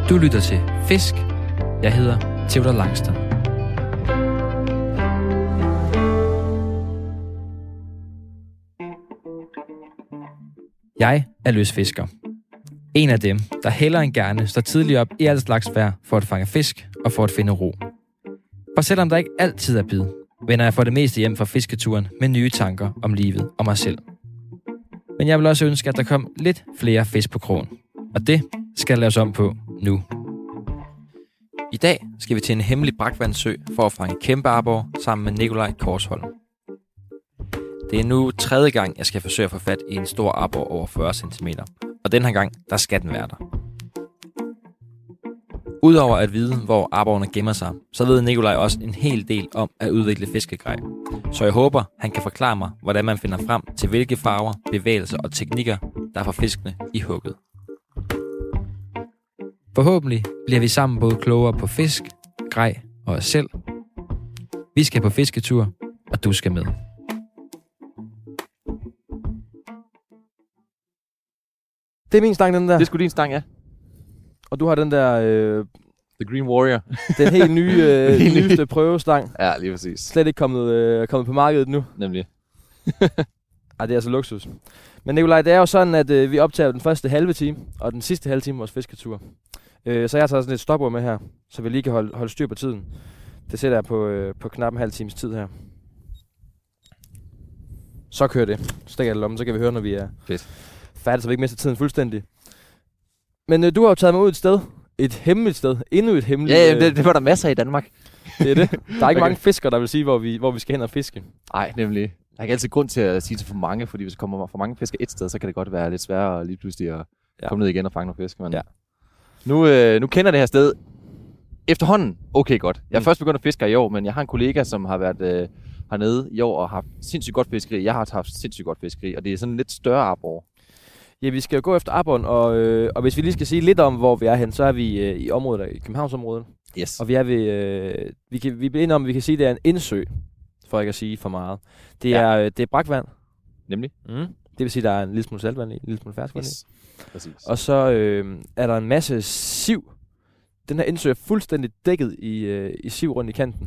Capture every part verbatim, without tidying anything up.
Du lytter til Fisk. Jeg hedder Theodor Langstrøm. Jeg er løsfisker. En af dem, der hellere end gerne står tidligt op i alt slags vejr for at fange fisk og for at finde ro. For selvom der ikke altid er bid, vender jeg for det meste hjem fra fisketuren med nye tanker om livet og mig selv. Men jeg vil også ønske, at der kom lidt flere fisk på krogen. Og det skal laves om på nu. I dag skal vi til en hemmelig brakvandssø for at fange kæmpe arbor sammen med Nikolaj Korsholm. Det er nu tredje gang, jeg skal forsøge at få fat i en stor arbor over fyrre centimeter. Og den her gang, der skal den være der. Udover at vide, hvor arborene gemmer sig, så ved Nikolaj også en hel del om at udvikle fiskegrej. Så jeg håber, han kan forklare mig, hvordan man finder frem til hvilke farver, bevægelser og teknikker, der får fiskene i hugget. Forhåbentlig bliver vi sammen både klogere på fisk, grej og os selv. Vi skal på fisketur, og du skal med. Det er min stang, den der. Det er sgu din stang, ja. Og du har den der... Øh, The Green Warrior. den helt nye, øh, nyeste prøvestang. Ja, lige præcis. Slet ikke kommet, øh, kommet på markedet nu. Nemlig. Ej, det er altså luksus. Men Nikolaj, det er jo sådan, at øh, vi optager den første halve time, og den sidste halve time vores fisketur. Øh, så jeg tager sådan et stopord med her, så vi lige kan holde, holde styr på tiden. Det sætter jeg på, øh, på knap en halv times tid her. Så kører det. Så stikker jeg det lommen, så kan vi høre, når vi er Fedt. færdige, så vi ikke mister tiden fuldstændig. Men øh, du har jo taget mig ud et sted. Et hemmeligt sted. Endnu et hemmeligt... Ja, ja det, det var der masser af i Danmark. Det er det. Der er ikke okay. mange fiskere, der vil sige, hvor vi, hvor vi skal hen og fiske. Nej, nemlig. Der er ikke altid grund til at sige til for mange, fordi hvis der kommer for mange fisker et sted, så kan det godt være lidt sværere lige pludselig at ja. komme ned igen og fange nogle fisk. Men ja. nu, øh, nu kender det her sted efterhånden okay godt. Jeg er mm. først begyndt at fiske i år, men jeg har en kollega, som har været øh, hernede i år og har haft sindssygt godt fiskeri. Jeg har haft sindssygt godt fiskeri, og det er sådan en lidt større arbor. Ja, vi skal jo gå efter arboren, og, øh, og hvis vi lige skal sige lidt om, hvor vi er hen, så er vi øh, i området, i Københavnsområdet. Yes. Og vi er ved, øh, vi kan, vi bliver enige om, vi kan sige, at det er en indsø, for ikke at sige for meget. Det ja. er, det er brakvand. Nemlig. Mm. Det vil sige, at der er en lille smule saltvand i, en lille smule ferskvand yes. i. Præcis. Og så øh, er der en masse siv. Den her indsø er fuldstændig dækket i, øh, i siv rundt i kanten.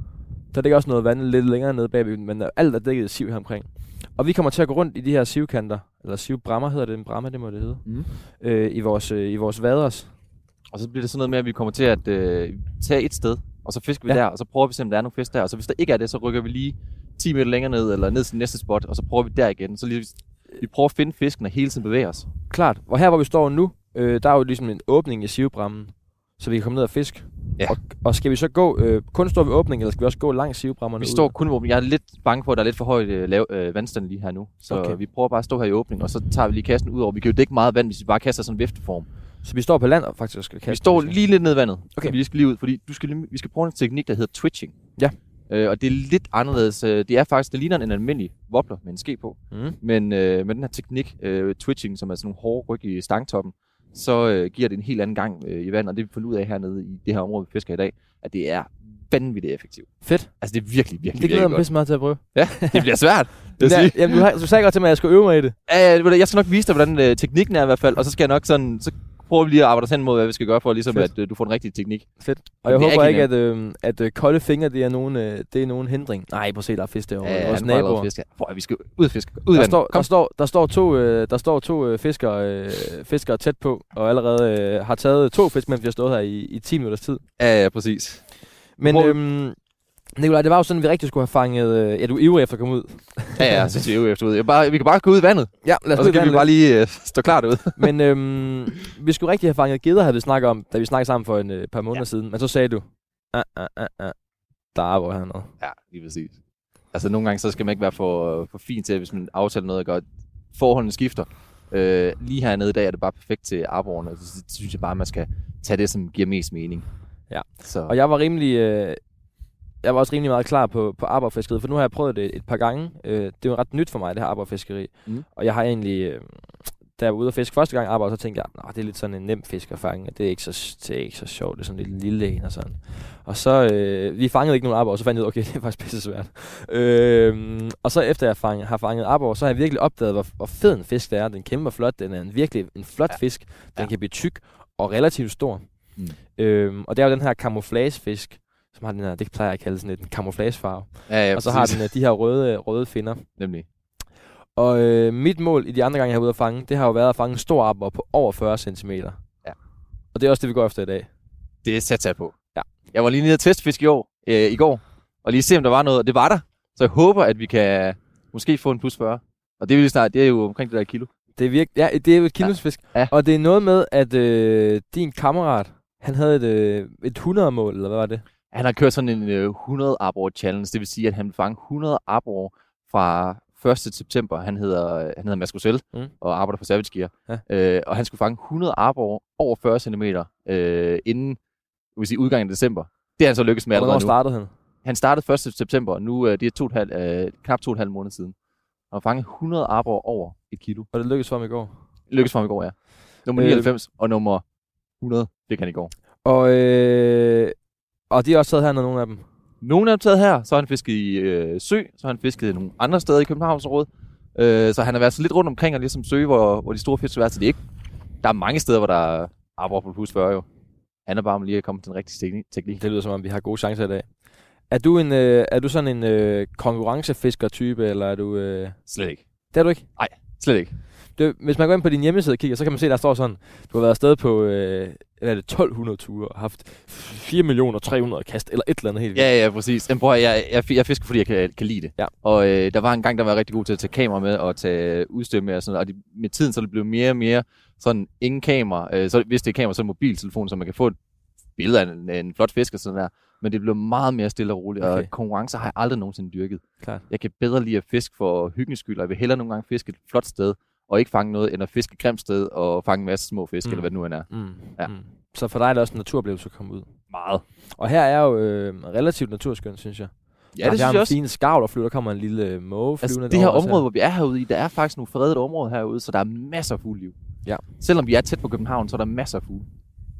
Der ligger også noget vand lidt længere nede bagved, men alt er dækket i siv her omkring. Og vi kommer til at gå rundt i de her sivkanter, eller sivbrammer hedder det, en bramme, det må det hedde, mm. øh, i vores øh, i vores vaders. Og så bliver det sådan noget med, at vi kommer til at øh, tage et sted, og så fisker vi ja. der, og så prøver vi se, om der er nogle fisk der. Og så hvis der ikke er det, så rykker vi lige ti meter længere ned, eller ned til næste spot, og så prøver vi der igen. Så lige, vi prøver at finde fisken og hele tiden bevæge os. Klart. Og her, hvor vi står nu, øh, der er jo ligesom en åbning i sivbrammen, så vi kan komme ned og fiske. Ja. Og, og skal vi så gå, øh, kun stå ved åbningen, eller skal vi også gå langs sivbrammerne? Vi står kun ved åbningen. Jeg er lidt bange for, at der er lidt for højt øh, lav, øh, vandstand lige her nu. Så okay. vi prøver bare at stå her i åbningen, og så tager vi lige kassen ud over. Vi kan jo dække meget vand, hvis vi bare kaster sådan en vifteform. Så vi står på land og faktisk skal kaste? Vi står lige lidt ned i vandet. Okay. Vi skal lige ud, fordi du skal, vi skal prøve en teknik, der hedder twitching. Ja. Øh, og det er lidt anderledes. Det er faktisk, det ligner en almindelig wobbler med en ske på. Mm. Men øh, med den her teknik, øh, twitching, som er sådan nogle hårde ryg i stangtoppen, så øh, giver det en helt anden gang øh, i vandet. Og det vi fundet ud af hernede i det her område, vi fisker i dag, at det er vanvittigt effektivt. Fedt. Altså det er virkelig, virkelig, det glæder mig pisse meget til at prøve. Ja, det bliver svært. Det ja, jamen, du, har, du sagde godt til mig, at jeg skulle øve mig i det. Ja, ja, jeg skal nok vise dig, hvordan øh, teknikken er i hvert fald, og så skal jeg nok sådan, så prøver vi lige at arbejde os hen mod, hvad vi skal gøre for, ligesom Fedt. at øh, du får den rigtige teknik. Fedt. Og jeg håber ikke, at, øh, at øh, kolde fingre, det er nogen, øh, det er nogen hindring. Nej, prøv at se, der er fisk derovre. Ja, vores naboer. For, vi skal ud og fiske. Ud der, står, der, står, der står to, øh, der står to øh, fiskere, øh, fiskere tæt på, og allerede øh, har taget to fisk, mens vi har stået her i, i ti minutters tid. Ja, ja, præcis. Men øhm, Nikolaj, det var jo sådan, at vi rigtig skulle have fanget... Øh, ja, du er ivrig efter at komme ud. Ja, ja, jeg synes, vi er ivrig efter ud. Jeg bare, vi kan bare gå ud i vandet. Ja, lad os og så kan vi bare lige øh, stå klar derude. Men øhm, vi skulle rigtig have fanget geder, havde vi snakket om, da vi snakkede sammen for en øh, par måneder ja. siden. Men så sagde du, ah, ah, ah, ah, der er hvor hernede. Ja, lige præcis. Altså nogle gange, så skal man ikke være for, for fin til, hvis man aftaler noget, og forholdene skifter. Øh, lige hernede i dag er det bare perfekt til arborene. Så, så synes jeg bare, at man skal tage det, som giver mest mening. Ja, så. Og jeg var rimelig... Øh, Jeg var også rimelig meget klar på, på arborfiskeriet, for nu har jeg prøvet det et par gange. Øh, det er jo ret nyt for mig, det her arborfiskeri. Mm. Og jeg har egentlig, øh, da jeg var ude at fiske første gang arbor, så tænkte jeg, at det er lidt sådan en nem fisk at fange. Det er ikke så, det er ikke så sjovt, det er sådan en lille en og sådan. Og så, øh, vi fangede ikke nogen arbor, og så fandt jeg ud af, okay, det er faktisk pisse svært. Øh, og så efter jeg fang, har fanget arbor, så har jeg virkelig opdaget, hvor, hvor fed en fisk det er. Den er kæmpe flot, den er en virkelig en flot ja. fisk. Den ja. kan blive tyk og relativt stor. Mm. Øhm, og det er jo den her camouflagefisk, som har den her, det plejer jeg at kalde sådan en camouflagefarve. Ja, ja, og så præcis. har den de her røde, røde finner. Nemlig. Og øh, mit mål i de andre gange, jeg har været ude at fange, det har jo været at fange en stor arbor på over fyrre centimeter. Ja. Og det er også det, vi går efter i dag. Det satser jeg på. Ja. Jeg var lige nede og testfiske i, år, øh, i går, og lige se, om der var noget, og det var der. Så jeg håber, at vi kan måske få en plus fyrre. Og det vil snart, det er jo omkring det der kilo. Det er virkelig, ja, det er jo et kilosfisk. Ja. Ja. Og det er noget med, at øh, din kammerat, han havde et, øh, et hundrede-mål, eller hvad var det? Han har kørt sådan en øh, hundrede arbor challenge, det vil sige, at han vil fange hundrede arbor fra første september. Han hedder, han hedder Mads Rosell, mm. og arbejder for Savage Gear. Ja. Øh, og han skulle fange hundrede arbor over fyrre centimeter øh, inden vil sige, udgangen af december. Det er han så lykkes med allerede nu. Hvornår startede han? Han startede første september, og nu øh, det er to og et halv, øh, knap to og en halv måned siden. Han har fanget hundrede arbor over et kilo. Og det lykkedes for ham i går? Lykkedes for ham i går, ja. Nummer nioghalvfems øh. og nummer hundrede fik han i går. Og, øh, og de har også taget hernede, nogle af dem? Nogle af dem taget her, så har han fisket i øh, Sø, så har han fisket nogle andre steder i Københavnsområdet. Øh, så han har været så lidt rundt omkring og ligesom Sø, hvor, hvor de store fisk skal være, så det ikke. Der er mange steder, hvor der er arbor på plus fyrre jo. Han er bare om lige at komme til den rigtige teknik. Det lyder som om, vi har gode chancer i dag. Er du, en, øh, er du sådan en øh, konkurrencefisker-type, eller er du... Øh... Slet ikke. Det er du ikke? Nej, slet ikke. Det, hvis man går ind på din hjemmeside og kigger, så kan man se, der står sådan, du har været afsted på øh, er det tolv hundrede ture og haft fire millioner tre hundrede kast, eller et eller andet helt vildt. Ja, ja, præcis. Jamen, prøv, jeg, jeg, jeg fisker, fordi jeg kan, kan lide det. Ja. Og øh, der var en gang, der var rigtig god til at tage kamera med og tage udstyr med. Og, sådan, og de, med tiden så er det blevet mere og mere sådan ingen kamera. Øh, så, hvis det er kamera, så er det mobiltelefon, så man kan få et billede af en, en flot fisk og sådan der. Men det blev meget mere stille og roligt, okay. Og konkurrencer har jeg aldrig nogensinde dyrket. Klart. Jeg kan bedre lide at fiske for hyggens skyld, og jeg vil hellere nogle gange fiske et flot sted, og ikke fange noget, end at fiske et grimt sted og fange en masse små fisk, mm. eller hvad det nu end er. Mm. Ja. Mm. Så for dig er det også en naturoplevelse at komme ud? Meget. Og her er jo øh, relativt naturskønt, synes jeg. Ja, det, det synes jeg også. Der er en fin skarv, der flyver, der kommer en lille måge flyvende. Altså, det her område, her. Hvor vi er herude i, der er faktisk nogle fredet område herude, så der er masser af fugleliv. Ja. Selvom vi er tæt på København, så er der masser af fugle.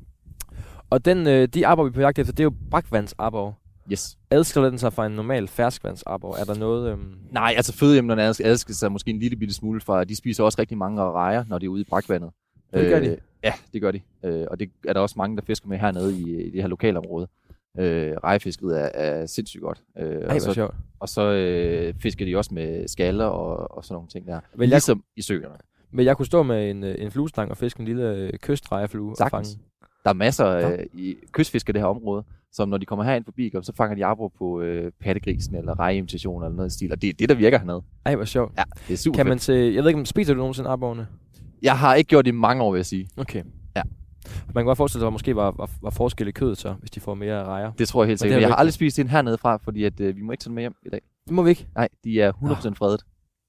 Og den, øh, de arbor, vi er på jagt efter, det er jo brakvandsarbor. Yes. Adskiller den sig fra en normal ferskvandsarbor? Er der noget... Øhm... Nej, altså fødeemnerne adskiller sig måske en lille bitte smule fra, de spiser også rigtig mange rejer, når de er ude i brakvandet. Det gør de? Øh, ja, det gør de. Øh, og det er der også mange, der fisker med hernede i, i det her lokalområde. Øh, rejefisket er, er sindssygt godt. Øh, Ej, og så, sjovt. og så øh, fisker de også med skaller og, og sådan nogle ting der. Men ligesom jeg, i søerne. Men jeg kunne stå med en, en fluestang og fiske en lille kystdrejeflue og fange. Der er masser af ja. i kystfisker i det her område, som når de kommer herind forbi, så fanger de arbor på øh, pattegrisen eller rejeimitationer eller noget i stil. Og det er det, der virker hernede. Ej, hvor sjovt. Ja, det er super kan man fedt. se, jeg ved ikke, spiser du nogensinde arborne? Jeg har ikke gjort det i mange år, vil jeg sige. Okay. Ja. Man kan godt forestille sig, at der måske var, var, var forskel i kødet så, hvis de får mere rejer. Det tror jeg helt sikkert. Jeg har aldrig spist en hernede fra, fordi at, øh, vi må ikke tage dem med hjem i dag. Det må vi ikke? Nej, de er hundrede procent fredet.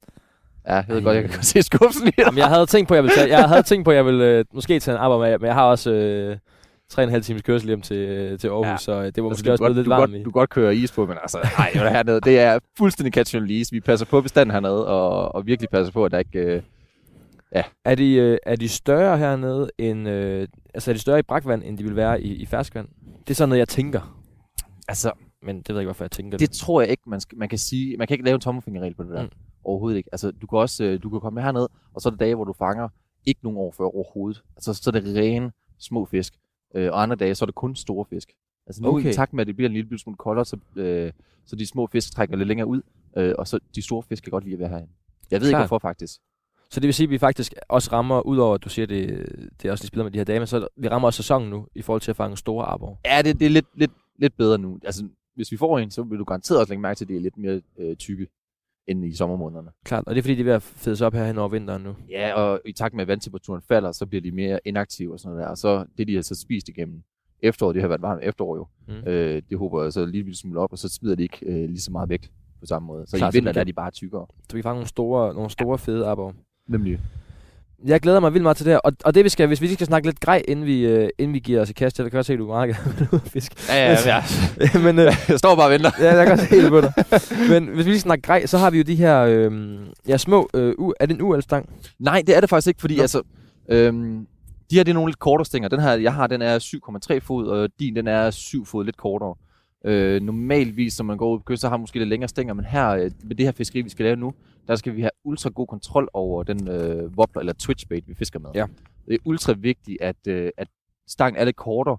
Ja, jeg ved Ej. godt, jeg kan se skuffelsen lige. Jamen, jeg havde tænkt på, at jeg ville, tage, jeg havde tænkt på, at jeg ville øh, måske tage en arbor med, men jeg har også øh, tre og en halv times kørsel hjem til, øh, til Aarhus, ja. Så det var altså, måske også godt, lidt varmt i. Du kan godt køre is på, men altså, nej, hernede, det er fuldstændig catch and release. Vi passer på bestanden hernede, og, og virkelig passer på, at der ikke... Øh, ja. Er de, øh, er de større hernede, end, øh, altså er de større i brakvand, end de vil være i, i ferskvand? Det er sådan noget, jeg tænker. Altså, men det ved jeg ikke, hvorfor jeg tænker det. Det tror jeg ikke, man, skal, man kan sige. Man kan ikke lave en tommelfingerregel på det der. Mm. Overhovedet ikke. Altså, du kan også du kan komme med herned, og så er det dage, hvor du fanger ikke nogen år før overhovedet. Altså, så er det rene små fisk. Øh, og andre dage, så er det kun store fisk. Altså, nu okay. I takt med, at det bliver en lille smule koldere, så, øh, så de små fisk trækker lidt længere ud, øh, og så de store fisk kan godt lide at være herinde. Jeg ved Klar. ikke, hvorfor faktisk. Så det vil sige, at vi faktisk også rammer, udover at du siger, at det, det er også de spiller med de her dage, men så vi rammer også sæsonen nu, i forhold til at fange store arbor. Ja, det, det er lidt, lidt, lidt bedre nu. Altså, hvis vi får en, så vil du garanteret også lægge mærke til, at det er lidt mere øh, tykke end i sommermånederne. Klart, og det er fordi, de er ved at fede sig op her hen over vinteren nu. Ja, og i takt med, at vandtemperaturen falder, så bliver de mere inaktive og sådan noget der. Og så det, de har så spist igennem efteråret, det har været varmt efterår jo, mm. øh, det håber jeg så lige lidt smule op, og så smider de ikke øh, lige så meget vægt på samme måde. Så Klart, i vinteren er de bare tykkere. Så vi fanger nogle store, nogle store fede arbor. Nemlig. Jeg glæder mig vildt meget til det her. Og, og det vi skal, hvis vi lige skal snakke lidt grej, inden vi, uh, inden vi giver os i kast, jeg kan også se, at du er meget gerne ud at fiske. Ja, ja, ja. Men, uh, jeg står bare og venter. Ja, jeg kan også se det på dig. Men hvis vi lige snakker grej, så har vi jo de her øh, ja, små... Øh, u- er det en uelstang? Nej, det er det faktisk ikke, fordi Nå. altså... Øhm, de her, det er nogle lidt kortere stænger. Den her, jeg har, den er syv komma tre fod, og din, den er syv fod, lidt kortere. Øh, normalvis, når man går ud på kyst, så har man måske lidt længere stænger, men her, med det her fiskeri, vi skal lave nu, der skal vi have ultra god kontrol over den øh, wobbler eller twitchbait, vi fisker med. Ja. Det er ultra vigtigt, at, øh, at stangen er lidt kortere,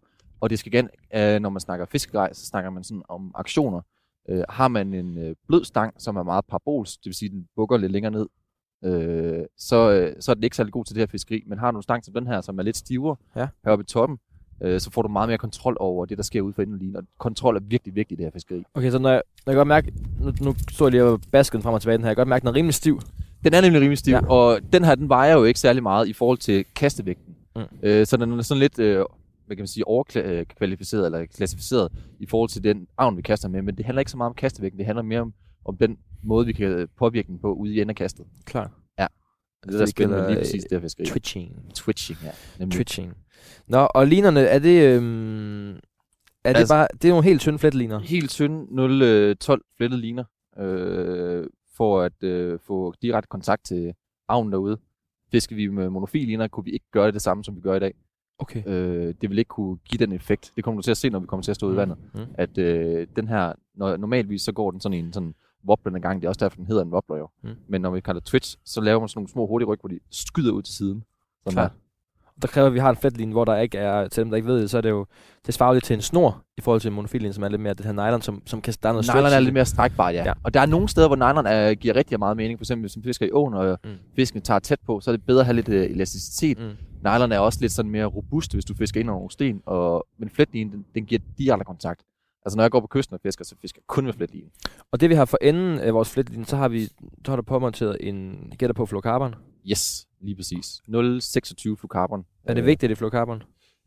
Og det skal igen, øh, når man snakker fiskegrej, så snakker man sådan om aktioner. Øh, har man en øh, blød stang, som er meget parabolsk, det vil sige, at den bukker lidt længere ned, øh, så, øh, så er den ikke særlig god til det her fiskeri. Men har du en stang som den her, som er lidt stivere ja. heroppe i toppen, øh, så får du meget mere kontrol over det, der sker ude for indenlinjen. Og kontrol er virkelig vigtigt i det her fiskeri. Okay, så når jeg, når jeg godt mærke, nu, nu står jeg lige og basken frem og tilbage den her, jeg kan godt mærke, den er rimelig stiv. Den er nemlig rimelig stiv, ja. Og den her, den vejer jo ikke særlig meget i forhold til kastevægten. Mm. Øh, så den er sådan lidt, øh, hvad kan man sige, overkvalificeret eller klassificeret i forhold til den avn, vi kaster med. Men det handler ikke så meget om kastevægten, det handler mere om, om den måde, vi kan påvirke den på ude i endekastet. Klar. Ja. Det er der spændende lige præcis det her fiskeri. Twitching. Twitching, ja. Nemlig. Twitching. Nå, og linerne, er det... Øhm, er altså, det bare... Det er nogle helt tynde fletteliner? Helt tynde nul tolv flettede liner. Øh, for at øh, få direkte kontakt til avnen derude. Fisker vi med monofil-liner, kunne vi ikke gøre det det samme, som vi gør i dag. Okay. Øh, det vil ikke kunne give den effekt. Det kommer du til at se, når vi kommer til at stå mm. i vandet. Mm. At øh, den her, når, normalvis så går den sådan i en sådan wobblende gang. Det er også derfor, den hedder en wobbler jo. Mm. Men når vi kalder Twitch, så laver man sådan nogle små hurtige ryg, hvor de skyder ud til siden. Sådan der. Der kræver, at vi har en fletline, hvor der ikke er, til dem der ikke ved det, så er det jo, det svarer lidt til en snor, i forhold til monofilin, som er lidt mere det her nylon, som, som kan starte noget stretch. Nylon er lidt mere strækbart, ja. ja. Og der er nogle steder, hvor nylon er, giver rigtig meget mening. For eksempel, hvis man fisker i åen, og mm. fisken tager tæt på, så er det bedre at have lidt uh, elasticitet. Mm. Nylon er også lidt sådan mere robust, hvis du fisker ind over nogle sten. Og, men fletlinen, den, den giver direkte kontakt. Altså når jeg går på kysten og fisker, så fisker jeg kun med fletlinen. Og det vi har for enden af vores fletline, så har vi, så har der påmonteret en gætter på fluorocarbon. Yes, lige præcis. nul seksogtyve fluorocarbon. Er det vigtigt, det er fluorocarbon?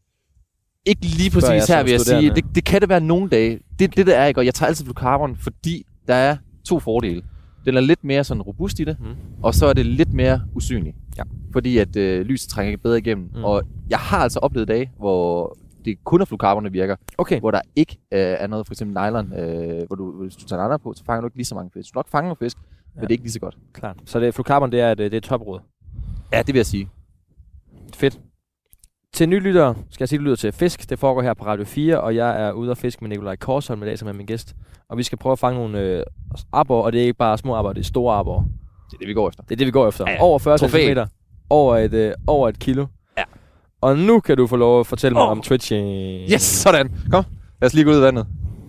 Ikke lige præcis her, vil jeg sige. Det, det kan det være nogle dage. Det det, der er, ikke? Og jeg tager altid fluorocarbon, fordi der er to fordele. Den er lidt mere sådan robust i det, mm. og så er det lidt mere usynlig. Ja. Fordi at øh, lyset trænger bedre igennem. Mm. Og jeg har altså oplevet dage, hvor det kun er fluorocarbon, der virker. Okay. Hvor der ikke øh, er noget, for eksempel nylon, øh, hvor du, hvis du tager nylon på, så fanger du ikke lige så mange fisk. Du nok fanger nogle fisk, ja. Men det er ikke lige så godt. Klart. Så det, fluorocarbon, det er, det, det er topråd? Ja, det vil jeg sige. Fedt. Til nye lyttere skal jeg sige, at det lyder til Fisk. Det foregår her på Radio fire, og jeg er ude og fiske med Nikolaj Korsholm i dag, som er min gæst. Og vi skal prøve at fange nogle øh, arbor, og det er ikke bare små arbor, det er store arbor. Det er det, vi går efter. Det er det, vi går efter. Ja, ja. Over fyrre centimeter, over et, øh, over et kilo. Ja. Og nu kan du få lov at fortælle mig oh. om twitching. Yes, sådan. Kom, lad os lige gå ud i vandet.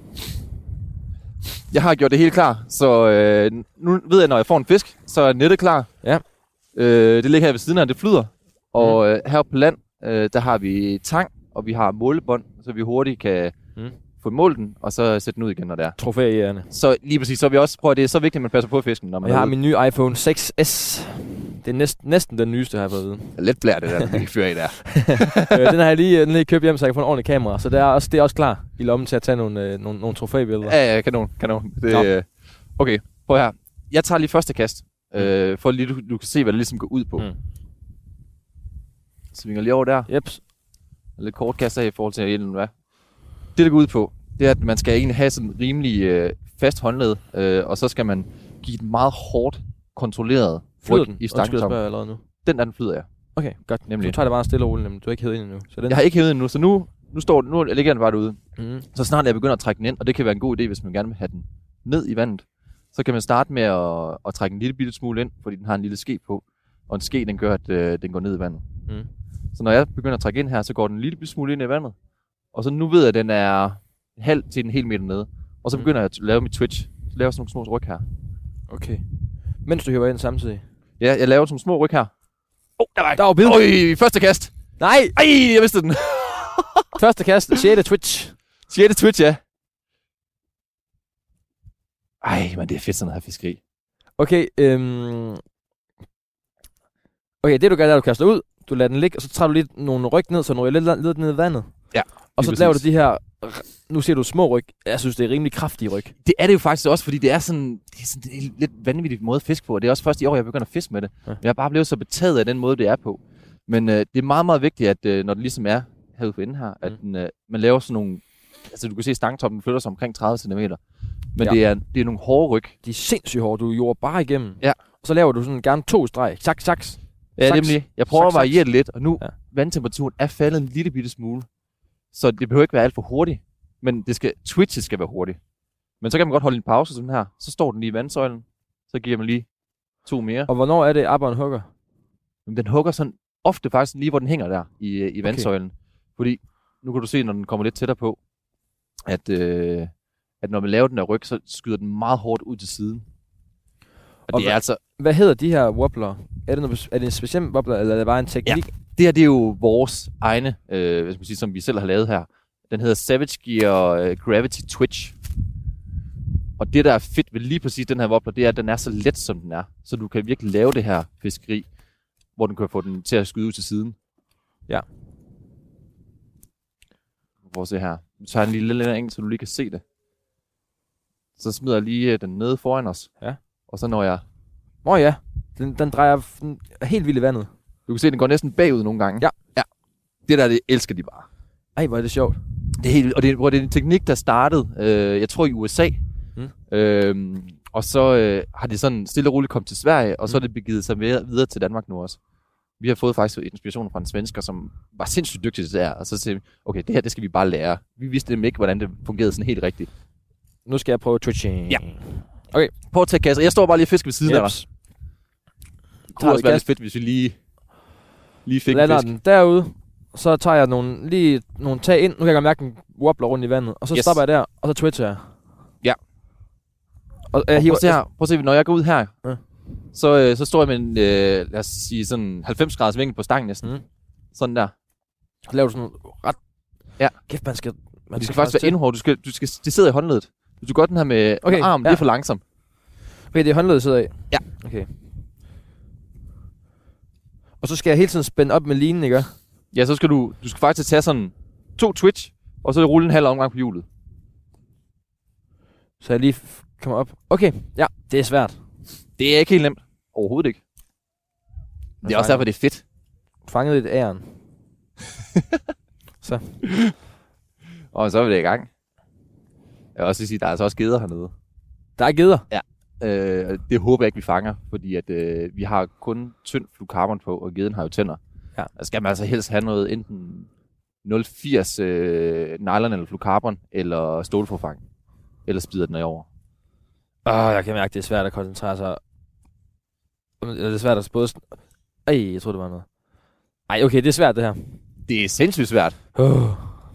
Jeg har gjort det helt klar, så øh, nu ved jeg, når jeg får en fisk, så er nettet klar. Ja. Øh, det ligger her ved siden af, det flyder. Og mm. øh, heroppe på land, øh, der har vi tang, og vi har målebånd, så vi hurtigt kan mm. få målt den, og så sætte den ud igen, når det er. Trofæerne. Så lige præcis, så vi også prøver, det er så vigtigt, at man passer på fisken. Når man jeg har min nye iPhone seks S. Det er næsten, næsten den nyeste, har jeg fået at vide. Let blær det der, vi kan fyre i der. øh, den har jeg lige, den lige købt hjem, så jeg kan få en ordentlig kamera, så det er også, det er også klar i lommen til at tage nogle, øh, nogle, nogle trofæbilleder. Ja, ja, kanon, kanon. Det, øh, okay, prøv her. Jeg tager lige første kast, øh, for lige du, du kan se, hvad det ligesom går ud på. Mm. Så vi går lige over der. Jeps. Lidt kort kast af i forhold til at hjælpe, hvad? Det, der går ud på, det er, at man skal egentlig have sådan en rimelig øh, fast håndled, øh, og så skal man give et meget hårdt kontrolleret ryg i stangtommen. Allerede nu. Den der, den flyder jeg. Okay, godt. Nemlig. Du tager det bare stille og roligt, nemlig. Du har ikke hævet ind endnu. Så den... Jeg har ikke hævet ind endnu, så nu, nu, står, nu ligger den bare derude. Mm. Så snart jeg begynder at trække den ind, og det kan være en god idé, hvis man gerne vil have den ned i vandet, så kan man starte med at, at trække en lille bitte smule ind, fordi den har en lille ske på, og en ske, den gør, at øh, den går ned i vandet. Mm. Så når jeg begynder at trække ind her, så går den en lille smule ind i vandet, og så nu ved jeg, at den er halv til en hel meter nede, og så begynder mm. jeg at lave mit twitch. Så laver jeg sådan nogle små ryg her. Okay. Mens du hiver ind samtidig? Ja, jeg laver sådan nogle små ryg her. Åh, oh, der var der var bid. Øj, første kast. Nej! Ej, jeg vidste den. Første kast, sjette twitch. sjette twitch, ja. Ej, men det er fedt sådan noget her fiskeri. Okay, øhm... Okay, det du gør, er, at du kaster ud, du lader den ligge, og så tager du lige nogle ryg ned, så du ryger lidt, lidt ned i vandet. Ja. Og så laver du de her, nu ser du små ryg. Jeg synes, det er rimelig kraftige ryg. Det er det jo faktisk også, fordi det er sådan, det er sådan en lidt vanvittig måde at fiske på. Og det er også først i år, jeg begynder at fiske med det. Ja. Jeg har bare blevet så betaget af den måde, det er på. Men øh, det er meget, meget vigtigt, at øh, når det ligesom er herude for enden her, at mm. den, øh, man laver sådan nogle, altså du kan se, at stangtoppen flytter sig omkring tredive centimeter. Men ja. det, er, det er nogle hårde ryg. De er sindssygt hårde, du jord bare igennem. Ja. Og så laver du sådan gerne to streg. Saks, saks. Ja, nemlig. Jeg prøver saks, at variere det lidt, og nu ja. vandtemperaturen er faldet en lille bitte smule. Så det behøver ikke være alt for hurtigt. Men det skal, twitchet skal være hurtigt. Men så kan man godt holde en pause sådan her. Så står den lige i vandsøjlen. Så giver man lige to mere. Og hvornår er det, abberen hugger? Men den hugger sådan ofte faktisk lige, hvor den hænger der i, i vandsøjlen. Okay. Fordi nu kan du se, når den kommer lidt tættere på, at, øh, at når man laver den der ryg, så skyder den meget hårdt ud til siden. Og, og det er hvad, altså... Hvad hedder de her wobbler? Er det, noget, er det en speciel wobbler, eller er det bare en teknik? Ja, det her det er jo vores egne, øh, hvad skal man sige, som vi selv har lavet her. Den hedder Savage Gear øh, Gravity Twitch. Og det, der er fedt ved lige præcis den her wobbler, det er, at den er så let, som den er. Så du kan virkelig lave det her fiskeri, hvor den kan få den til at skyde ud til siden. Ja. Prøv at se her. Så har jeg en lille lidt enkelt, så du lige kan se det. Så smider jeg lige den nede foran os. Ja. Og så når jeg... Åh oh, ja, den, den drejer den er helt vildt i vandet. Du kan se, at den går næsten bagud nogle gange. Ja. Ja. Det der, det elsker de bare. Ej, hvor er det sjovt. Det er helt, og det, hvor det er en teknik, der startede, øh, jeg tror i U S A. Mm. Øhm, og så øh, har det sådan stille og roligt kommet til Sverige, og mm. så er det begivet sig videre til Danmark nu også. Vi har fået faktisk inspiration fra en svensker, som var sindssygt dygtig til det her. Og så siger vi, okay, det her, det skal vi bare lære. Vi vidste nemlig ikke, hvordan det fungerede sådan helt rigtigt. Nu skal jeg prøve twitching. Ja. Okay, prøv at tage kasser. Jeg står bare lige og fisker ved siden Jeps. af dig. Det kunne også være lidt fedt, hvis vi lige, lige fik Lander en fisk. den derude, så tager jeg nogle, lige nogle tag ind. Nu kan jeg godt mærke, den wobbler rundt i vandet. Og så yes. stopper jeg der, og så twitcher jeg. Ja. Og, jeg og hiver, prøv, at se her. prøv at se, når jeg går ud her, ja. så, øh, så står jeg med en, øh, lad os sige, sådan halvfems graders vinkel på stangen næsten. Mm. Sådan der. Så laver du sådan ret... Ja. Kæft, man skal... Man det skal, skal faktisk være indhårdt. Du skal, du skal, det sidder i håndledet. Du gør den her med, okay, med armen ja. lige for langsomt. Okay, det er håndledet, sidder i? Ja. Okay. Og så skal jeg hele tiden spænde op med linen, ikke? Ja, så skal du, du skal faktisk tage sådan to twitch, og så rulle en halv omgang på hjulet. Så jeg lige f- kommer op. Okay, ja, det er svært. Det er ikke helt nemt. Overhovedet ikke. Det er også derfor, det er fedt. Fanget lidt æren. Så. Og så er vi det i gang. Jeg vil også sige, der er altså også geder hernede. Der er geder? Ja. Øh, det håber jeg ikke, vi fanger, fordi at, øh, vi har kun tynd flukarbon på, og geden har jo tænder. Ja. Der skal man altså helst have noget enten nul komma firs øh, nylon eller flukarbon, eller stålforfang. Ellers bider den over. Åh, oh, jeg kan mærke, det er svært at koncentrere sig. Eller det er svært at både... Ej, jeg troede, det var noget. Ej, okay, det er svært, det her. Det er sindssygt svært. Oh.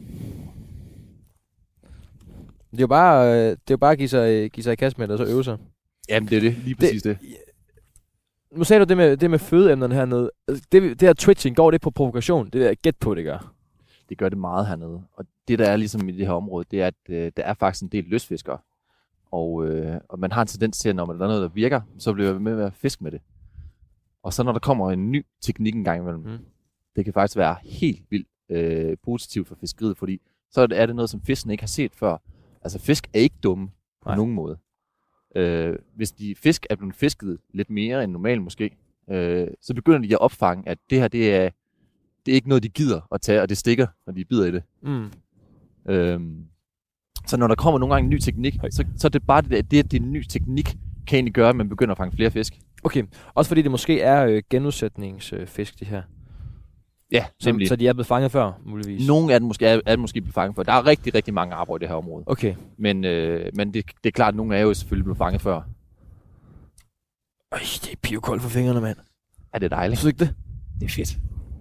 Det er jo bare, øh, det er jo bare at give sig, give sig i kast med det, og så øve sig. Jamen, det er det. Lige præcis det. det. Nu sagde du det med, det med fødeemnerne hernede. Det, det her twitching, går det på provokation? Det er gæt på, det gør. Det gør det meget hernede. Og det, der er ligesom i det her område, det er, at øh, der er faktisk en del lystfiskere. Og, øh, og man har en tendens til, at når man der er noget, der virker, så bliver man med at fiske med det. Og så når der kommer en ny teknik en gang imellem, mm. det kan faktisk være helt vildt øh, positivt for fiskeriet, fordi så er det noget, som fisken ikke har set før. Altså fisk er ikke dumme på Nej. nogen måde. Øh, hvis de fisk er blevet fisket lidt mere end normalt måske, øh, så begynder de at opfange, at det her, det er, det er ikke noget, de gider at tage, og det stikker, når de bider i det. Mm. Øh, så når der kommer nogle gange en ny teknik, så, så er det bare det, at det, at det er en ny teknik, kan egentlig gøre, at man begynder at fange flere fisk. Okay, også fordi det måske er øh, genudsætningsfisk, de her. Ja, så, så de er blevet fanget før, muligvis. Nogle af dem måske er, er måske blevet fanget før. Der er rigtig, rigtig mange arter i det her område. Okay. Men, øh, men det, det er klart, at nogle er jo selvfølgelig blevet fanget før. Øj, det er pivkoldt for fingrene, mand. Er det dejligt? Synes du ikke det? Det er fedt.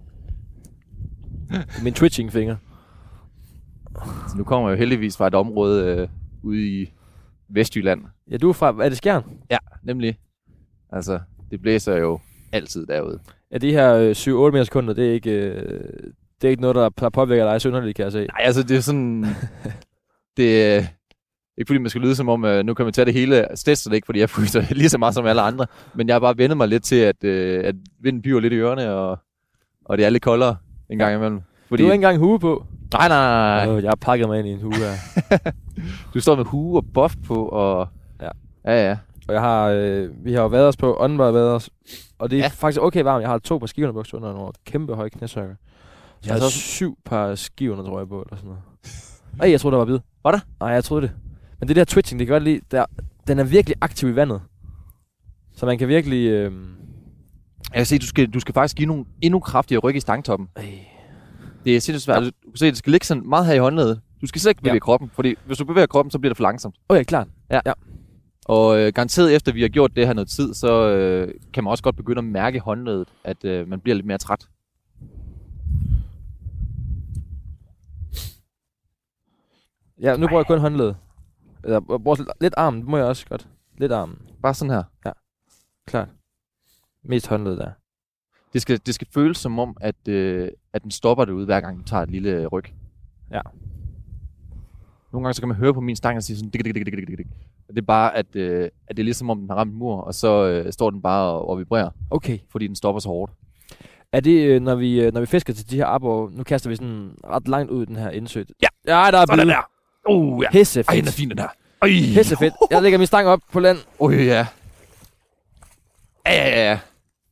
Min twitching-finger. Så nu kommer jeg jo heldigvis fra et område øh, ude i Vestjylland. Ja, du er fra... Er det Skjern? Ja, nemlig. Altså, det blæser jo altid derude. Ja, de her øh, syv otte meter sekunder, det er ikke... Øh, det er ikke noget, der påvirker dig synderligt, kan jeg se. Nej, altså, det er sådan... det er ikke fordi, man skal lyde som om, øh, nu kan man tage det hele sted, så det er ikke fordi, jeg fryser lige så meget som alle andre. Men jeg har bare vendt mig lidt til, at, øh, at vinden piver lidt i ørerne, og, og det er lidt koldere en gang imellem. Fordi... Du har ikke engang hue på. Nej, nej, nej. Oh, jeg har pakket mig ind i en hue her. Du står med hue og buff på, og... Ja. Ja, ja. Og jeg har... Øh, vi har jo været os på åndbar været os. Og det er ja. faktisk okay varmt. Jeg har to par skivernerbukser under nogle kæmpe høje knæsøkker. Så jeg har så... syv par skiverne, tror jeg, på, eller sådan noget. Ej, jeg troede, der var hvid. Var der? Nej, jeg troede det. Men det der twitching, det kan godt lide... Der, den er virkelig aktiv i vandet. Så man kan virkelig... Øh... Jeg kan se, du skal, du skal faktisk give nogle endnu kraftigere ryg i stangtoppen. Ej. Det er sindssygt svært. Ja. Du kan se, det skal ligge sådan meget her i håndledet. Du skal slet ikke bevæge ja. kroppen, fordi hvis du bevæger kroppen, så bliver det for langsomt. Okay, klart. Ja. ja. Og øh, garanteret efter, vi har gjort det her noget tid, så øh, kan man også godt begynde at mærke i håndledet, at øh, man bliver lidt mere træt. Ja, nu bruger jeg kun håndled. Eller jeg bruger lidt armen, det må jeg også godt. Lidt armen. Bare sådan her? Ja, klart. Mest håndled der. Det skal, det skal føles som om, at, øh, at den stopper det ud, hver gang du tager et lille ryg. Ja. Nogle gange så kan man høre på min stang og sige sådan, dik, dik, dik, dik, dik, dik. Det er bare, at, øh, at det er ligesom om den har ramt en mur, og så øh, står den bare og, og vibrerer. Okay. Fordi den stopper så hårdt. Er det, når vi, når vi fisker til de her arbor, nu kaster vi sådan ret langt ud i den her indsø. Ja, ja, der er sådan der. Uh, ja. Hessefedt. Ej, den er fin, den her. Ej. Hessefedt. Jeg lægger min stang op på land. Oj, ja. Ja, ja, ja.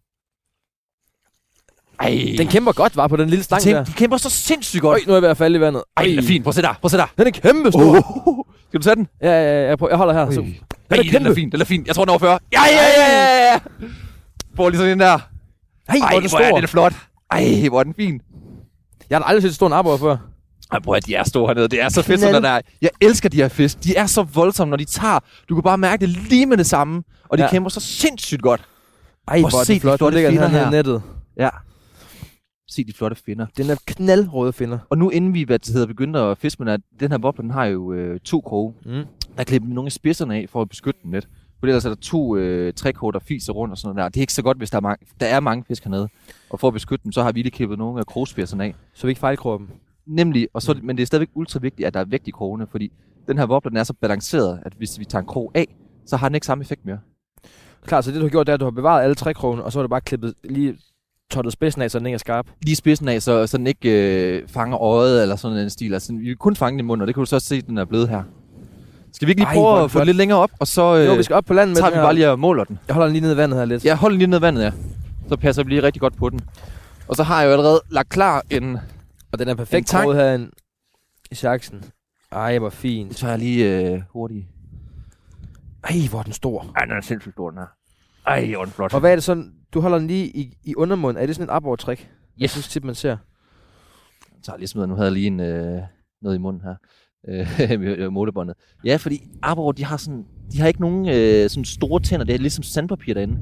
Ej. Den kæmper godt, var på den lille stang Tænk, der. Den kæmper så sindssygt godt. Øj, nu er jeg ved at falde i vandet. Ej, den er fin. Prøv at se der. Prøv at se der. Den er kæmpe stor. Oh. Skal du tage den? Ja, ja, ja. Jeg, prøver, jeg holder her. Så. Den er, Ej, den er fin. Den er fin. Jeg tror, den er over fyrre. Ja, ja, ja, ja, ja. Får lige sådan en der. Ej, hvor er den stor. Ej, den er flot. Ej, hvor er den fin. Jeg har aldrig set stor en arbor før. Ej, bror, de er store hernede. Det er så fedt, sådan der. Jeg elsker de her fisk. De er så voldsomme, når de tager. Du kan bare mærke det lige med det samme. Og de ja. kæmper så sindssygt godt. Ej, hvor er det flot. Nu ligger den her nede nettet. Ja. Se de flotte finner. Den er knaldrøde finner. Og nu inden vi hvad det hedder, begyndte at fiske med den, den her boble, den har jo øh, to kroge. Mm. Der klipper vi nogle af spidserne af for at beskytte den lidt. For ellers er der to øh, trækroge, der fiser rundt og sådan noget der. Det er ikke så godt, hvis der er, mange, der er mange fisk hernede. Og for at beskytte dem, så har vi lige klippet nogle af krogspidserne af. Så vi ikke fejlkroger dem. Nemlig, og så, mm. men det er stadigvæk ultra vigtigt, at der er vægt i krogene, fordi den her boble, den er så balanceret, at hvis vi tager en krog af, så har den ikke samme effekt mere. Klart, så det du har gjort, det er, at du har bevaret alle trækrogene, og så har du bare klippet lige tottet spidsen af, så den ikke er skarp. Lige spidsen af, så, så den ikke øh, fanger øjet eller sådan en stil. Altså, vi kan kun fange den i munden, og det kan du så se, at den er blevet her. Skal vi ikke lige Ej, prøve at få den lidt længere op, og så øh, jo, vi skal op på landet med tager den vi her. bare lige og måler den. Jeg holder den lige nede i vandet her lidt. Ja, hold den lige nede i vandet, ja. Så passer vi lige rigtig godt på den. Og så har jeg jo allerede lagt klar en... Og den er perfekt kroget her en, i saksen. Ej, hvor fint. Så tager jeg lige øh, hurtigt. Ej, hvor er den stor. Ej, den er sindssygt stor, den her. Ej, hvor er den flot. Og hvad er det sådan, du holder den lige i, i undermunden. Er det sådan et arbor-trick? Yes. Jeg synes tit, man ser. Jeg tager lige smider, nu havde jeg lige en, øh, noget i munden her. Øh, målebåndet. Ja, fordi arbor, de har sådan, de har ikke nogen øh, sådan store tænder. Det er ligesom sandpapir derinde.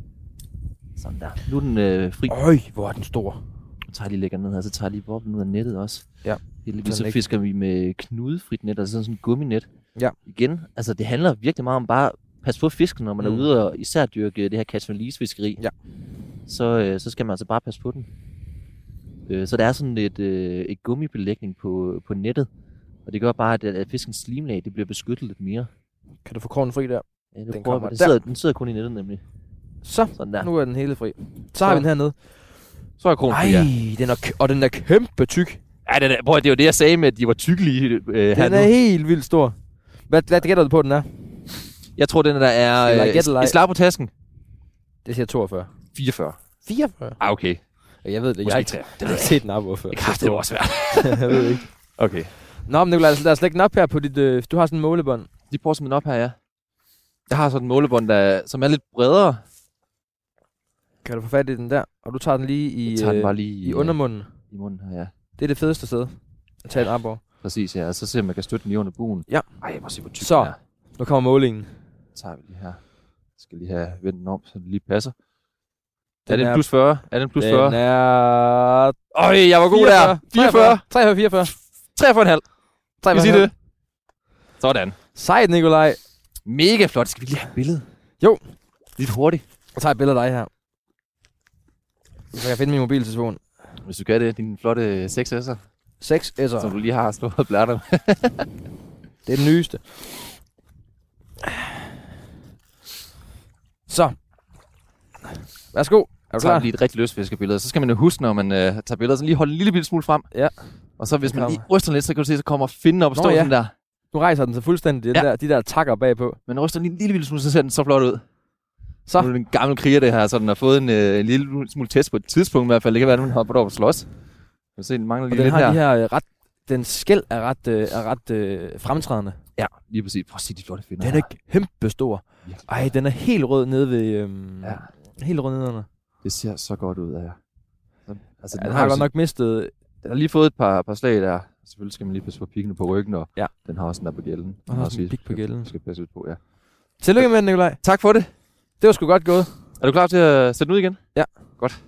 Sådan der. Nu er den øh, fri. Øj, hvor er den stor. Så tager jeg lige lækker ned her, så tager jeg lige boblen ud af nettet også. Ja. Heldigvis så fisker vi med knudefrit net, altså sådan en gumminet. Ja. Igen, altså det handler virkelig meget om bare passe på fisken, når man mm. er ude og især dyrke det her catch and release fiskeri. Ja. Så, øh, så skal man altså bare passe på den. Øh, så der er sådan et, øh, et gummibelægning på, på nettet, og det gør bare, at, at fiskens slimlag det bliver beskyttet lidt mere. Kan du få krogen fri der? Ja, den, kommer, den, sidder, den sidder kun i nettet nemlig. Så, sådan der. Nu er den hele fri. Så, så har vi den hernede. Så er krogen fri, ja. Den er, og den er kæmpe tyk. Ja, den er, prøv, det er jo det, jeg sagde med, at de var tykkelige øh, Den er helt vildt stor. Hvad, hvad gætter du på, den er? Jeg tror, den der er øh, et slag på tasken. Det siger toogfyrre. fireogfyrre. fireogfyrre? Ah, okay. Jeg ved det. Måske jeg har ikke, jeg har ikke set den arbor før. Det, det var også svært. Jeg ved ikke. Okay. Nå, men Nikolaj, lad os lægge den op her på dit... Øh, du har sådan en målebånd. De prøver simpelthen op her, ja. Jeg har sådan en målebånd, der, som er lidt bredere. Kan du få fat i den der? Og du tager den lige i, jeg tager den bare lige i, i undermunden. I munden her, ja. Det er det fedeste sted at tage en arbor. Præcis, ja. Og så ser man, kan støtte den lige under buen. Ja. Ej, jeg må se, hvor tyk så, den er. Nu kommer målingen. Så tager vi lige her. Jeg skal lige have vendt den om, så det lige passer. Den er det en plus fyrre? Er den plus fyrre? Den er... Øj, jeg var god der. fireogfyrre. treogfyrre, fireogfyrre. treogfyrre komma fem. Skal vi sige det? Sådan. Sejt, Nikolaj. Mega flot. Skal vi lige have et billede? Jo. Lidt hurtigt. Jeg tager et billede af dig her. Så kan jeg finde min mobiltelefon. Hvis du kan det, din flotte seks S'er. seks S'er. Som du lige har stået og blæret. Det er den nyeste. Så. Værsgo. Er du så klar? Lige et rigtig løsfiskebillede. Så skal man jo huske, når man øh, tager billeder, så lige holde en lille smule frem. Ja. Og så hvis man lige ryster lidt, så kan du se, så kommer finden op og står ja. Sådan der. Nu rejser den så fuldstændig, ja. der, de der takker bagpå. Men ryster lige en lille smule, så ser den så flot ud. Så. Nu er det en gammel kriger, det her, så den har fået en, øh, en lille smule test på et tidspunkt i hvert fald. Det kan være, at den hopper op og slås. Du kan se, den mangler lige og lidt den har her. De her ret, den skæld er ret, øh, er ret øh, fremtrædende. Ja, lige præcis. Prøv at se de flotte finder. Den er kæmpe stor. Ej, den er helt rød nede ved... Øhm, ja. Helt rød nederne. Det ser så godt ud, ja. Så, altså, den, ja, den har, har godt nok mistet... Den har lige fået et par, par slag der. Selvfølgelig skal man lige passe på pikkene på ryggen, og ja. Den har også den der på gælden. Den har også en pik på gælden. Skal passe ud på, ja. Tillykke med den, Nikolaj. Tak for det. Det var sgu godt gået. Er du klar til at sætte den ud igen? Ja. Godt.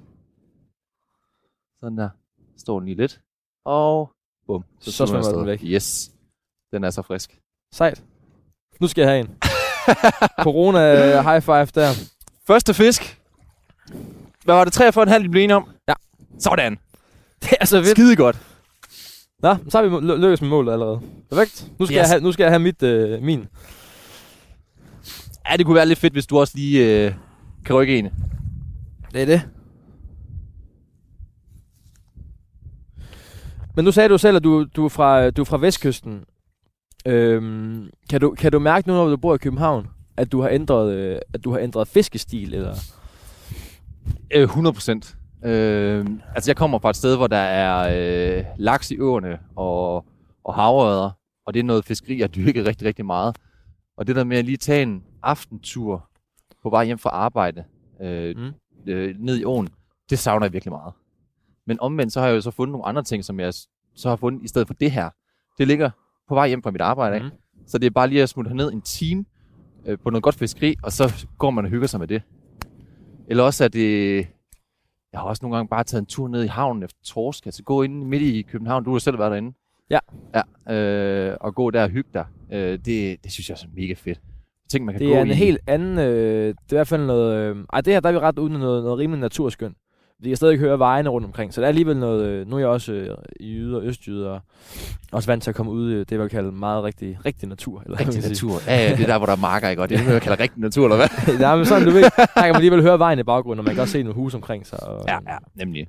Sådan der. Står den lige lidt. Og bum. Så, så smider den væk. Yes. Den er så frisk. Sejt. Nu skal jeg have en. Corona high five der. Første fisk. Hvad var det? treogfyrre komma fem, vi blev enige om? Ja. Sådan. Det er så vildt. Skide godt. Nå, så har vi ly- lykkes med målet allerede. Perfekt. Nu skal, yes. jeg, have, nu skal jeg have mit, øh, min. Ja, det kunne være lidt fedt, hvis du også lige øh, kan rykke en. Det er det. Men nu sagde du selv, at du, du, er, fra, du er fra Vestkysten. Øhm, kan, du, kan du mærke nu, når du bor i København, at du har ændret, øh, at du har ændret fiskestil? Eller? Øh, hundrede procent. Øh, altså, jeg kommer fra et sted, hvor der er øh, laks i åerne og, og havørreder. Og det er noget fiskeri, jeg dyrker rigtig, rigtig meget. Og det der med at lige tage en aftentur på vej hjem fra arbejde øh, mm. øh, ned i åen, det savner jeg virkelig meget. Men omvendt, så har jeg jo så fundet nogle andre ting, som jeg så har fundet i stedet for det her. Det ligger på vej hjem fra mit arbejde, mm. ikke? Så det er bare lige at smutte herned en time øh, på noget godt fiskeri, og så går man og hygger sig med det. Eller også er det... Jeg har også nogle gange bare taget en tur ned i havnen efter torsk. Altså gå ind midt i København. Du har selv været derinde. Ja. Ja. Øh, og gå der og hygge dig. Øh, det, det synes jeg er så mega fedt. Tænk, man kan det gå er en i... helt anden... Øh, det er i hvert fald noget... Øh, ej, det her der er vi ret uden noget, noget rimelig naturskønt. Vi kan stadig høre vejene rundt omkring, så det er alligevel noget... Øh, nu er jeg også øh, i Jyde og Østjyde, og også vant til at komme ud. Øh, det vil jeg kalde meget rigtig, rigtig natur. Eller rigtig natur? Ja, ja, det er der, hvor der er marker, ikke? Og det er det, jeg kalder rigtig natur, eller hvad? Ja, men sådan, du ved, der kan man alligevel høre vejen i baggrunden, og man kan også se nogle huse omkring sig. Og, ja, ja, nemlig.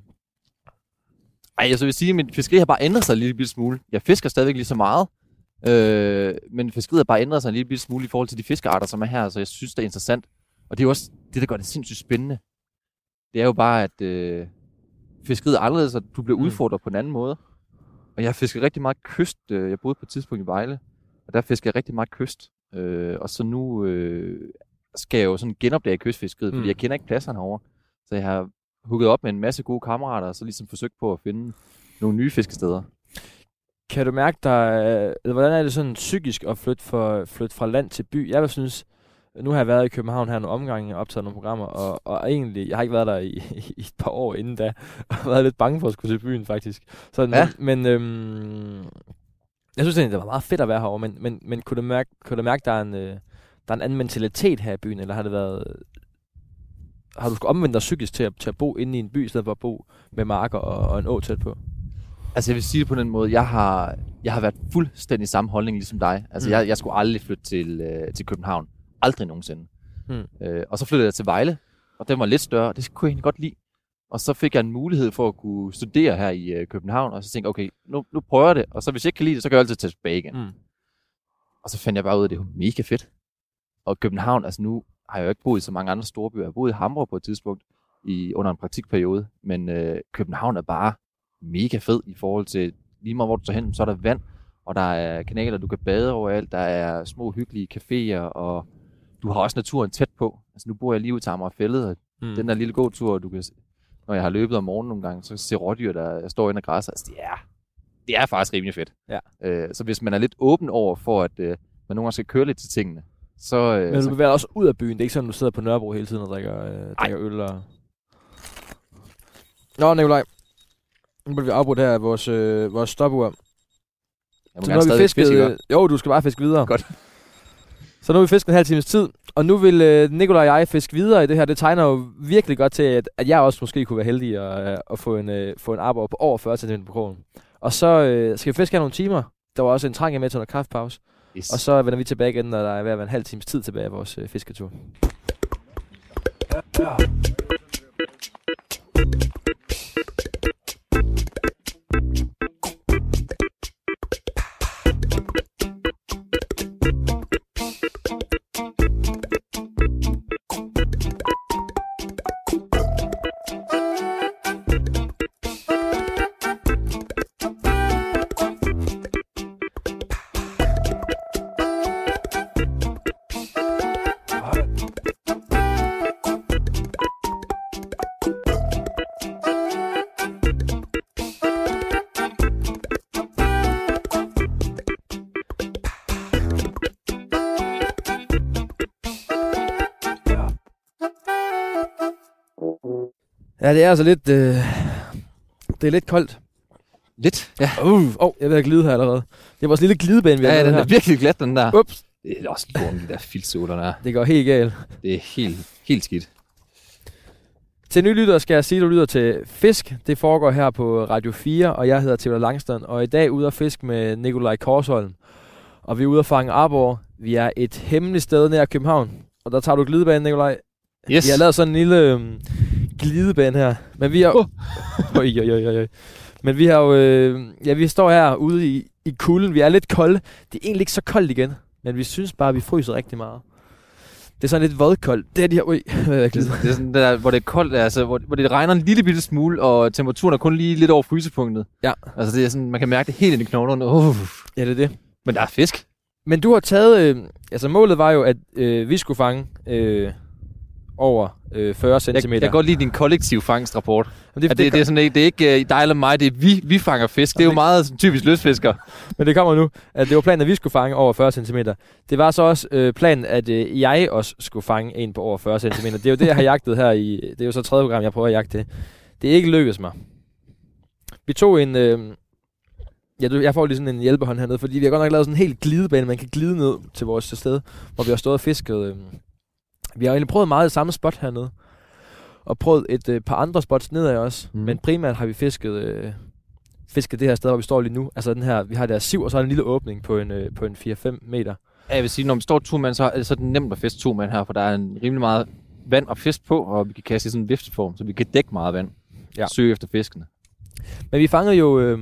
Ej, jeg så vil sige, at mit fiskeri har bare ændret sig en lille smule. Jeg fisker stadigvæk lige så meget, øh, men fiskeriet har bare ændret sig en lille smule i forhold til de fiskearter, som er her, så jeg synes, det er interessant. Og det er jo også det, der gør det sindssygt spændende. Det er jo bare, at øh, fiskeriet er anderledes, og du bliver mm. udfordret på en anden måde. Og jeg fisker rigtig meget kyst. Jeg boede på et tidspunkt i Vejle, og der fisker jeg rigtig meget kyst. Øh, og så nu øh, skal jeg jo sådan genopdage kystfiskeriet, mm. fordi jeg kender ikke pladserne herovre. Så jeg har hugget op med en masse gode kammerater, og så ligesom forsøgt på at finde nogle nye fiskesteder. Kan du mærke dig, eller hvordan er det sådan psykisk at flytte, for, flytte fra land til by? Jeg vil synes, nu har jeg været i København her nogle omgange og optaget nogle programmer, og, og egentlig, jeg har ikke været der i, i et par år inden da, og været lidt bange for at skulle til byen faktisk. Så, ja. Men, men øhm, jeg synes egentlig, det var meget fedt at være herovre, men, men, men kunne du mærke, kunne du mærke der, er en, der er en anden mentalitet her i byen, eller har det været... Har du sgu omvendt dig psykisk til at, til at bo inde i en by, i stedet for at bo med marker og, og en å tæt på? Altså jeg vil sige det på den måde, jeg har, jeg har været fuldstændig samme holdning ligesom dig. Altså mm. jeg, jeg skulle aldrig flytte til, øh, til København. Aldrig nogensinde. Mm. Øh, og så flyttede jeg til Vejle, og den var lidt større, og det kunne jeg egentlig godt lide. Og så fik jeg en mulighed for at kunne studere her i øh, København, og så tænkte jeg, okay, nu, nu prøver jeg det, og så hvis jeg ikke kan lide det, så kan jeg altid tage tilbage igen. Mm. Og så fandt jeg bare ud af, at det var mega fedt. Og København, altså nu har jeg jo ikke boet i så mange andre store byer. Jeg har boet i Hamburg på et tidspunkt i, under en praktikperiode, men øh, København er bare mega fed i forhold til lige meget hvor du tager hen, så er der vand, og der er kanaler, du kan bade overalt, der er små hyggelige caféer, og du har også naturen tæt på. Altså nu bor jeg lige ud til Amagerfælled, og mm. den der lille gåtur, du kan, når jeg har løbet om morgenen nogle gange, så ser rådyr, der står inde og græsser. Altså det er, det er faktisk rimelig fedt. Ja. Øh, så hvis man er lidt åben over for, at øh, man nogle gange skal køre lidt til tingene, så... Øh, Men du så... bevæger også ud af byen. Det er ikke sådan, du sidder på Nørrebro hele tiden og drikker, øh, drikker øl og... Nå, Nikolaj. Nu bliver vi afbrudt her af vores, øh, vores stopur. Jeg må gerne stadig fisket, fiske, jo, du skal bare fiske videre. Godt. Så nu har vi fisket en halv times tid, og nu vil øh, Nikolaj og jeg fiske videre i det her. Det tegner jo virkelig godt til, at, at jeg også måske kunne være heldig at, øh, at få en, øh, få en arbor på over fyrre centimeter på krogen. Og så øh, skal vi fiske her nogle timer. Der var også en trang med til noget kraftpause. Yes. Og så vender vi tilbage igen, når der er ved at være en halv times tid tilbage af vores øh, fisketur. Ja. Ja, det er altså lidt, øh, det er lidt koldt. Lidt, ja. Uh, oh, jeg er ved at glide her allerede. Det er vores lille glidebane, vi har Ja, ja, den her. er virkelig glat, den der. Ups. Det er også lort, de der filtsåler der. Det går helt galt. Det er helt, helt skidt. Til nye lyttere skal jeg sige, at du lytter til Fisk. Det foregår her på Radio fire, og jeg hedder Theodor Langstrøm. Og i dag ude at fisk med Nikolaj Korsholm. Og vi er ude at fange arbor. Vi er et hemmeligt sted nær København. Og der tager du glidebanen, Nikolaj. Yes. Vi har lavet sådan en lille øhm, glidebane her. Men vi har... Uh. Oj, oj, oj, oj. Men vi har jo... Øh, ja, vi står her ude i, i kulden. Vi er lidt kolde. Det er egentlig ikke så koldt igen. Men vi synes bare, at vi fryser rigtig meget. Det er sådan lidt vodkoldt. Det er de her... Ui, det, det er sådan der, hvor det er koldt, altså, hvor, hvor det regner en lille bitte smule, og temperaturen er kun lige lidt over frysepunktet. Ja. Altså, det er sådan, man kan mærke det helt ind i knoglerne. Uh. Ja, det er det. Men der er fisk. Men du har taget... Øh, altså, målet var jo, at øh, vi skulle fange øh, over øh, fyrre centimeter. Jeg, jeg kan godt lide din kollektiv fangstrapport. Det, det, det, det, er sådan, det er ikke uh, dig eller mig, det er vi, vi fanger fisk. Det er jo meget sådan, typisk lystfisker. Men det kommer nu, at det var planen, at vi skulle fange over fyrre centimeter. Det var så også øh, planen, at øh, jeg også skulle fange en på over fyrre centimeter. Det er jo det, jeg har jagtet her i... Det er jo så tredje program, jeg prøver at jagte det. Det er ikke lykkedes mig. Vi tog en... Øh, ja, du, jeg får lige sådan en hjælpehånd hernede, fordi vi har godt nok lavet sådan en helt glidebane, man kan glide ned til vores sted, hvor vi har stået og fisket. Øh. Vi har egentlig prøvet meget det samme spot hernede. Og prøvet et øh, par andre spots nedad også. Mm. Men primært har vi fisket, øh, fisket det her sted, hvor vi står lige nu. Altså den her, vi har der siv, og så er en lille åbning på en, øh, på en fire fem meter. Ja, jeg vil sige, når vi står to mand, så er det, så er det nemt at fiske to mand her, for der er en rimelig meget vand og fisk på, og vi kan kaste i sådan en vifteform, så vi kan dække meget vand. Ja. Søge efter fiskene. Men vi fangede jo... Øh,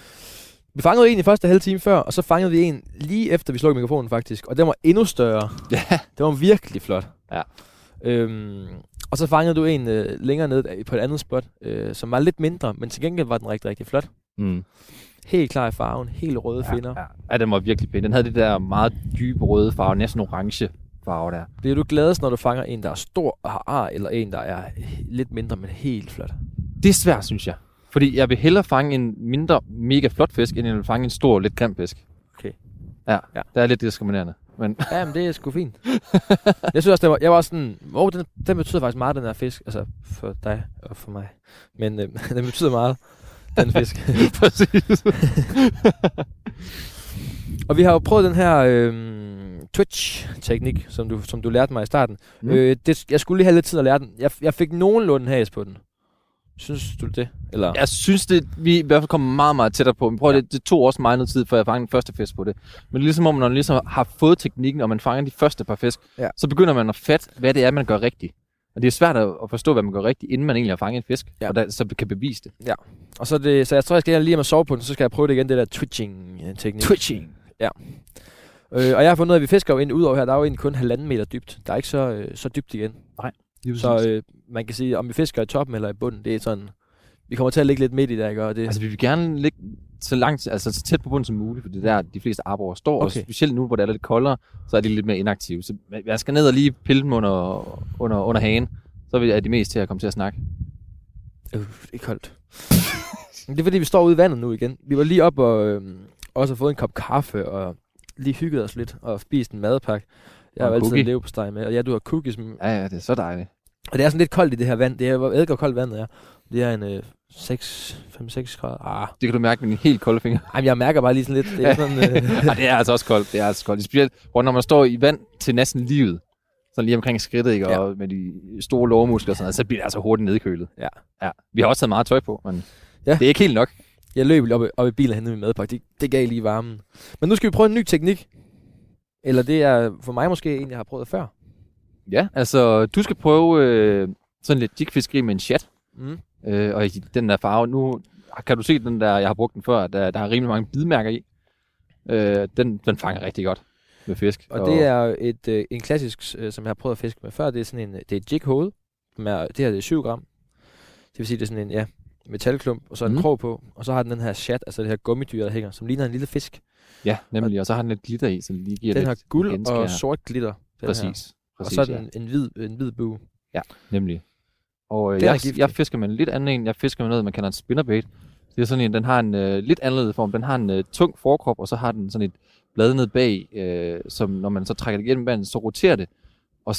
vi fangede en i første halve time før, og så fangede vi en lige efter, vi slukkede mikrofonen faktisk. Og den var endnu større. Ja. Det var virkelig flot. Ja. Øhm, og så fangede du en øh, længere ned på et andet spot, øh, som var lidt mindre, men til gengæld var den rigtig, rigtig flot. Mm. Helt klar i farven, helt røde ja, finner. Ja. ja, den var virkelig pæn. Den havde det der meget dybe røde farve, næsten orange farve der. Bliver du gladest, når du fanger en, der er stor og har ar, eller en, der er lidt mindre, men helt flot? Det er svært, synes jeg. Fordi jeg vil hellere fange en mindre, mega flot fisk, end jeg vil fange en stor, lidt grim fisk. Okay. Ja, ja. Det er lidt diskriminerende. Men ja, men det er sgu fint. Jeg synes også, det var, jeg var også sådan, wow, den, den betyder faktisk meget, den her fisk. Altså, for dig og for mig. Men øh, den betyder meget, den fisk. Præcis. Og vi har jo prøvet den her øh, Twitch-teknik, som du, som du lærte mig i starten. Mm. Øh, det, jeg skulle lige have lidt tid at lære den. Jeg, jeg fik nogenlunde has på den. Synes du det? Eller? Jeg synes, det, vi i hvert fald kommer meget, meget tættere på. Men prøv, ja. det, det tog også meget noget tid, før jeg fangede den første fisk på det. Men ligesom om man ligesom har fået teknikken, og man fanger de første par fisk, ja. så begynder man at fatte, hvad det er, man gør rigtigt. Og det er svært at forstå, hvad man gør rigtigt, inden man egentlig har fanget en fisk, ja. og der, så kan bevise det. Ja. Og så, det, så jeg tror, jeg skal lige hjem og sove på den, så skal jeg prøve det igen, det der twitching-teknik. Twitching? Ja. Øh, og jeg har fundet ud af, at vi fisker jo ind ud over her, der er jo egentlig kun halvanden meter dybt. Der er ikke så, øh, så dybt igen. Nej. Så øh, man kan sige, om vi fisker i toppen eller i bunden, det er sådan... Vi kommer til at ligge lidt midt i der, ikke? Og det... Altså, vi vil gerne ligge så langt, altså så tæt på bunden som muligt, for det er der, de fleste arborer står. Okay. Og specielt nu, hvor det er lidt koldere, så er de lidt mere inaktive. Så jeg skal ned og lige pille dem under, under, under hagen, så er de mest til at komme til at snakke. Øh, det er koldt. Det er fordi, vi står ude i vandet nu igen. Vi var lige op og øh, også har fået en kop kaffe, og lige hygget os lidt, og spist en madpakke. Jeg har jo altid en leverpostej med, og ja, du har cookies med. Ja, ja, det er så dejligt. Og det er sådan lidt koldt i det her vand. Det er jo ædger koldt vandet er. Det er en øh, seks, fem seks grader. Ah. Det kan du mærke med dine helt kolde fingre. Jamen, jeg mærker bare lige sådan lidt. Det er, sådan, øh... ja, det er altså også koldt. Det er altså koldt. Specielt, hvor når man står i vand til næsten livet, så lige omkring skridtet, ikke? Ja. Og med de store lårmuskler og sådan noget, så bliver det altså hurtigt nedkølet. Ja. Ja. Vi har også taget meget tøj på, men ja. Det er ikke helt nok. Jeg løb op, op i bilen og hentede min madpakke. Det, det gav lige varmen. Men nu skal vi prøve en ny teknik. Eller det er for mig måske en, jeg har prøvet før. Ja, altså du skal prøve øh, sådan lidt jigfiskeri med en chat. Mm. Øh, og i den der farve, nu kan du se den der, jeg har brugt den før, der, der har rimelig mange bidmærker i. Øh, den, den fanger rigtig godt med fisk. Og, og det er et, øh, en klassisk, øh, som jeg har prøvet at fiske med før, det er sådan en, det er et jighoved. Det her det er syv gram. Det vil sige, det er sådan en, ja, metalklump, og så en mm. krog på. Og så har den den her chat, altså det her gummidyr, der hænger, som ligner en lille fisk. Ja, nemlig. Og så har den lidt glitter i, så den lige giver den lidt har guld genskær. Og sort glitter. Præcis. Præcis. Og så er den ja. en hvid, en hvid bue. Ja, nemlig. Og øh, jeg, jeg fisker med en lidt anden en. Jeg fisker med noget, man kalder en spinnerbait. Det er sådan en, den har en øh, lidt anderledes form. Den har en øh, tung forkrop, og så har den sådan et blad ned bag, øh, som når man så trækker det igennem vandet, så roterer det. Og så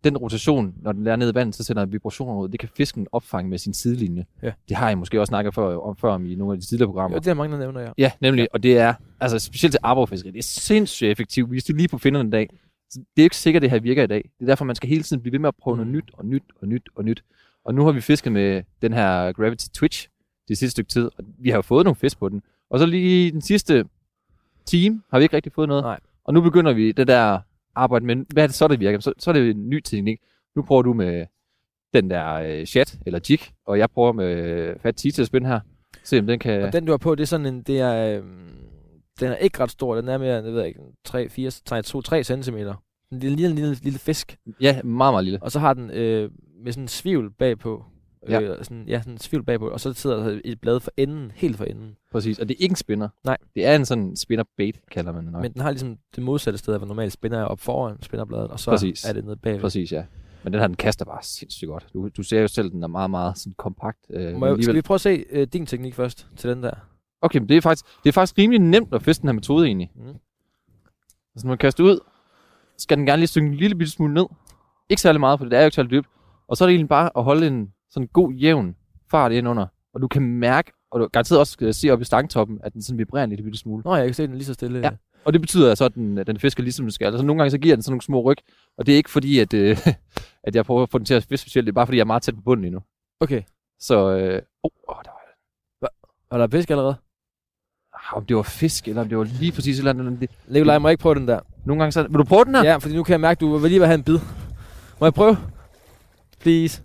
den rotation, når den er nede i vandet, så sender vibrationer ud. Det kan fisken opfange med sin sidelinje. Ja. Det har jeg måske også snakket før, om før om i nogle af de tidligere programmer. Jo, det er mange, der nævner, ja. Ja, nemlig. Ja. Og det er, altså specielt til arborfiskeri, det er sindssygt effektivt. Hvis du lige på finder en dag, så det er jo ikke sikkert, at det her virker i dag. Det er derfor, man skal hele tiden blive ved med at prøve mm. noget nyt og nyt og nyt og nyt. Og nu har vi fisket med den her Gravity Twitch det sidste stykke tid, og vi har jo fået nogle fisk på den. Og så lige den sidste time har vi ikke rigtig fået noget. Nej. Og nu begynder vi det der arbejde med, hvad er det så, der virker? Så, så er det en ny teknik. Nu prøver du med den der uh, chat eller jig, og jeg prøver med fat til at spænde her. Se om den kan... Og den du har på, det er sådan en, det er, øh, den er ikke ret stor, den er mere, jeg ved ikke, tre, fire, to, tre centimeter. En lille, lille, lille, lille fisk. Ja, meget, meget lille. Og så har den øh, med sådan en svivl bagpå. Ja. Øh, sådan, ja, sådan en svivl bagpå, og så sidder der et blad for enden, helt for enden. Præcis, og det er ikke en spinner. Nej. Det er en sådan spinner bait, kalder man det nok. Men den har ligesom det modsatte sted, hvor normalt spinner er op foran spinnerbladet, og så Præcis. er det nede bagved. Præcis, ja. Men den her, den kaster bare sindssygt godt. Du, du ser jo selv, den er meget, meget sådan kompakt. Øh, Må jeg, skal vi prøve at se øh, din teknik først til den der? Okay, men det er faktisk, det er faktisk rimelig nemt at fiske den her metode egentlig. Mm. Altså, når man kaster ud, skal den gerne lige synge en lille bitte smule ned. Ikke særlig meget, for det er jo ikke særlig dybt. Og så er det egentlig bare at holde en sådan god, jævn fart ind under. Og du kan mærke, og du garanteret også skal se op i stangtoppen, at den sådan vibrerer en lille bitte smule. Nå, jeg kan se den lige så stille. Ja. Og det betyder altså, at den, den fisker ligesom den skal. Altså nogle gange så giver den sådan nogle små ryg. Og det er ikke fordi, at, øh, at jeg prøver at få den til at fiske specielt. Det er bare fordi, jeg er meget tæt på bunden endnu. Okay. Så, øh, oh, oh, der var Hva? Var der fisk allerede? Om det var fisk, eller om det var lige præcis et eller andet. Nikolaj, må jeg ikke prøve den der? Nogle gange så... Vil du prøve den her? Ja, fordi nu kan jeg mærke, at du vil lige have en bid. Må jeg prøve? Please.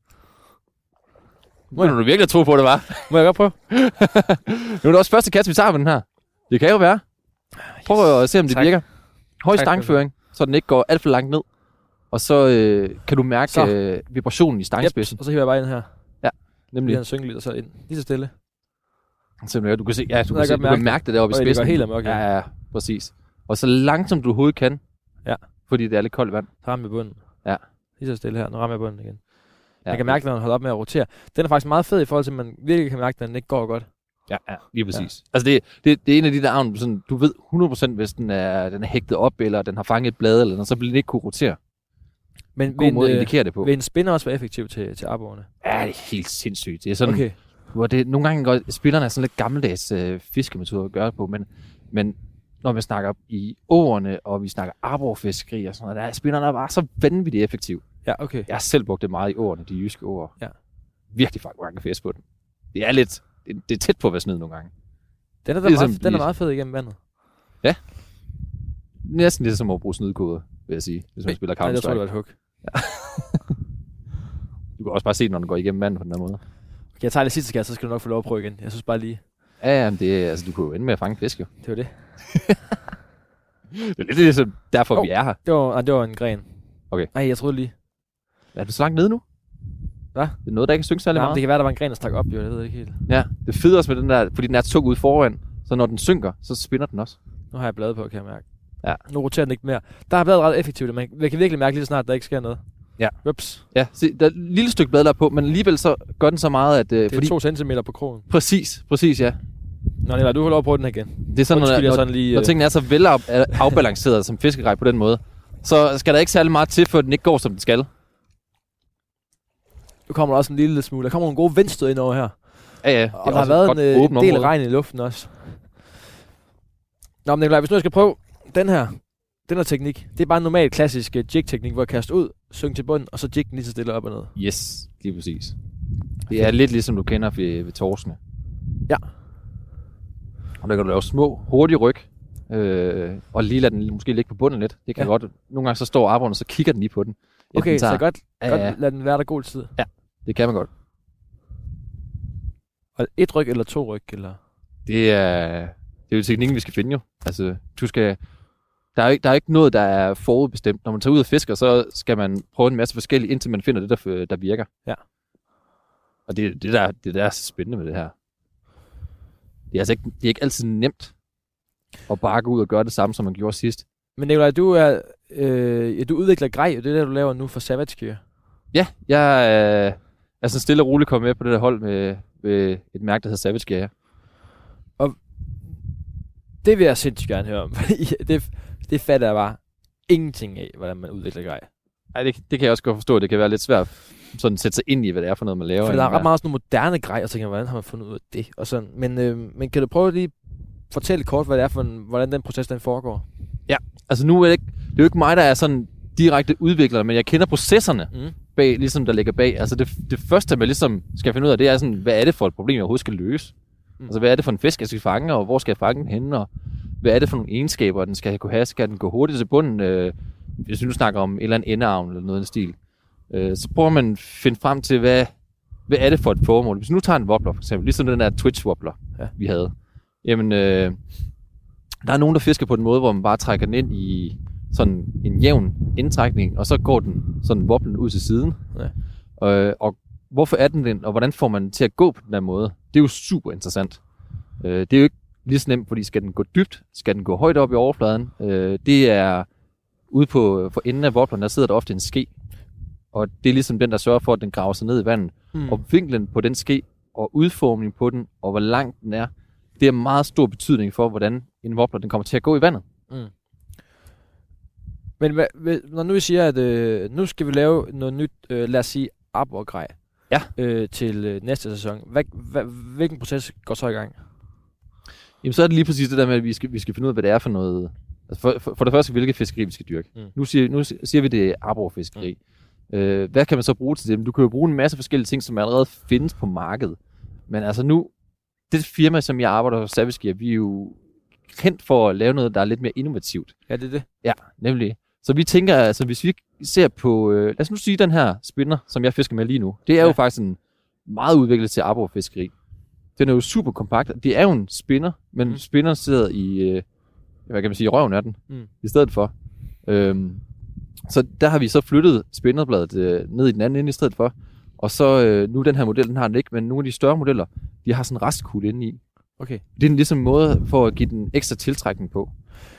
Må jeg... Du virkelig tro på, det var. Må jeg godt prøve? Nu er det også første kasse, vi tager med den her. Det kan jo være. Prøv at se, om det tak. virker. Høj tak, stangføring, så den ikke går alt for langt ned. Og så øh, kan du mærke øh, vibrationen i stangspidsen. Yep. Og så hiver jeg bare ind her. Ja, nemlig. Lige en synke lidt, og så ind. Lige så stille. Simpelthen, du kan se, ja, du, så kan, se, du mærke kan mærke det deroppe og i spidsen. Det går helt amok. Ja, ja, præcis. Og så langsomt du overhovedet kan. Ja. Fordi det er lidt koldt vand. Så rammer jeg bunden. Ja. Lige så stille her. Nu rammer jeg bunden igen. Ja, jeg kan mærke, når den holder op med at rotere. Den er faktisk meget fed i forhold til, at man virkelig kan mærke, at den ikke går godt. Ja, ja, lige præcis. Ja. Altså det, det, det er en af de der avn, sådan, du ved hundrede procent, hvis den er, den er hægtet op, eller den har fanget et blad, eller noget, så vil den ikke kunne rotere. Men god måde at indikere det på. Vil en spinner også være effektiv til, til arborerne? Ja, det er helt sindssygt. Det er sådan, okay. Hvor det, nogle gange går spinnerne er sådan lidt gammeldags øh, fiskemetoder at gøre på, men, men når vi snakker i åerne, og vi snakker arborfiskeri og sådan noget, der er spinnerne bare så vanvittigt effektiv. Ja, okay. Jeg har selv brugt det meget i åerne, de jyske åer. Ja. Virkelig faktisk mange fisk på den. Det er lidt, det, det er tæt på at være snyd nogle gange. Den er, der meget, den er meget fed igennem vandet. Ja. Næsten lidt som at bruge snydkoder, vil jeg sige, hvis man spiller Counter-Strike. Nej, jeg tror, det var et hook. Ja. Du kan også bare se, når den går igennem vandet på den her måde. Okay, jeg tager det sidste skært, så skal du nok få lov at prøve igen. Jeg synes bare lige... Ja, ja, men det, altså, du kunne jo ende med at fange fisk, jo. Det var det. Det er lidt ligesom derfor, oh, vi er her. Det var, nej, det var en gren. Okay. Nej, jeg troede lige... Er du så langt nede nu? Hvad? Det er noget, der ikke synker særlig nej, meget. Det kan være, der var en gren, der stak op, jo. Det ved jeg ikke helt. Ja, det fede også med den der, fordi den er tung ude foran. Så når den synker, så spinner den også. Nu har jeg bladet på, kan jeg mærke. Ja. Nu roterer den ikke mere. Der har været ret effektivt. Man kan virkelig mærke lige så snart, at der ikke sker noget. Ja. Ups. Ja, se, der er et lille stykke blad der på, men alligevel så gør den så meget, at... Øh, det er fordi... to centimeter på krogen. Præcis, præcis, ja. Nå, Nicolaj, du får lov at prøve den igen. Det er sådan, når, når, sådan lige, når tingene er så vel afbalanceret som fiskegrej på den måde, så skal der ikke særlig meget til, for den ikke går, som den skal. Nu kommer der også en lille smule. Der kommer nogle gode vindstød ind over her. Ja, ja. Og der har været en, øh, en del af regn i luften også. Nå, men Nicolaj, hvis nu jeg skal prøve den her, den her teknik, det er bare en normal klassisk uh, jig-teknik, hvor jeg kaster ud, synge til bunden, og så jig den lige så stille op og ned. Yes, lige præcis. Det er lidt ligesom du kender ved, ved torsene. Ja. Og der kan du lave små, hurtige ryg, øh, og lige lade den måske ligge på bunden lidt. Det kan ja. Godt. Nogle gange så står arboren, og så kigger den lige på den. Okay, den tager, så godt, ja, godt ja. lad den være der god tid. Ja, det kan man godt. Og et ryg eller to ryg, eller? Det er, det er jo teknikken, vi skal finde jo. Altså, du skal... Der er, ikke, der er ikke noget, der er forudbestemt. Når man tager ud og fisker, så skal man prøve en masse forskellige, indtil man finder det, der, der virker. Ja. Og det, det, der, det der er så spændende med det her. Det er altså ikke, det er ikke altid nemt at bare gå ud og gøre det samme, som man gjorde sidst. Men Nicolaj, du, er, øh, ja, du udvikler grej, og det er det, du laver nu for Savage Gear. Ja, jeg øh, er sådan stille og roligt kommet med på det der hold med, med et mærke, der hedder Savage Gear. Og det vil jeg sindssygt gerne høre om. det, det fatter jeg bare ingenting af, hvordan man udvikler grej. Ej, det, det kan jeg også godt forstå. Det kan være lidt svært sådan at sætte sig ind i, hvad det er for noget, man laver. For der er ret meget sådan nogle moderne grej, og tænker, hvordan har man fundet ud af det? Og sådan. Men, øh, men kan du prøve lige fortælle kort, hvad det er for en, hvordan den proces den foregår? Ja, altså nu er det ikke, det er jo ikke mig, der er sådan direkte udvikler, men jeg kender processerne mm. bag, ligesom der ligger bag. Altså det, det første, man ligesom skal finde ud af, det er sådan, hvad er det for et problem, jeg overhovedet skal løse? Mm. Altså hvad er det for en fisk, jeg skal fange, og hvor skal jeg fange den henne, og hvad er det for nogle egenskaber, den skal kunne have? Skal den gå hurtigt til bunden? Øh, hvis vi nu snakker om et eller andet endeavn eller noget i den stil. Øh, så prøver man at finde frem til, hvad, hvad er det for et formål? Hvis vi nu tager en wobbler for eksempel, ligesom den der Twitch wobbler, ja. vi havde. Jamen, øh, der er nogen, der fisker på den måde, hvor man bare trækker den ind i sådan en jævn indtrækning, og så går den sådan wobblen ud til siden. Ja. Øh, og hvorfor er den den, og hvordan får man den til at gå på den der måde? Det er jo super interessant. Øh, det er jo ikke lige så nemt, fordi skal den gå dybt, skal den gå højt op i overfladen. Øh, det er ude på for enden af wobbleren, der sidder der ofte en ske. Og det er ligesom den, der sørger for, at den graver sig ned i vandet. Mm. Og vinklen på den ske, og udformningen på den, og hvor lang den er, det har meget stor betydning for, hvordan en wobbler den kommer til at gå i vandet. Mm. Men hva, hva, når nu vi siger, at øh, nu skal vi lave noget nyt, øh, lad os sige, arbor-grej, ja. øh, til øh, næste sæson. Hva, hva, hvilken proces går så i gang? Jamen så er det lige præcis det der med, at vi skal, vi skal finde ud af, hvad det er for noget. Altså for, for, for det første, hvilket fiskeri vi skal dyrke. Mm. Nu, siger, nu siger vi, det er arborfiskeri. Mm. Øh, hvad kan man så bruge til det? Du kan jo bruge en masse forskellige ting, som allerede findes på markedet. Men altså nu, det firma, som jeg arbejder hos Savage Gear, vi er jo kendt for at lave noget, der er lidt mere innovativt. Ja, det er det. Ja, nemlig. Så vi tænker, altså hvis vi ser på, øh, lad os nu sige den her spinner, som jeg fisker med lige nu. Det er ja. jo faktisk en meget udviklet til arborfiskeri. Den er jo super kompakt. Det er jo en spinner, men mm. spinner sidder i, øh, hvad kan man sige, røven af den, mm. i stedet for. Øhm, så der har vi så flyttet spinderbladet øh, ned i den anden ende i stedet for. Og så, øh, nu den her model, den har den ikke, men nogle af de større modeller, de har sådan en restkugle inde i. Okay. Det er en ligesom måde for at give den ekstra tiltrækning på.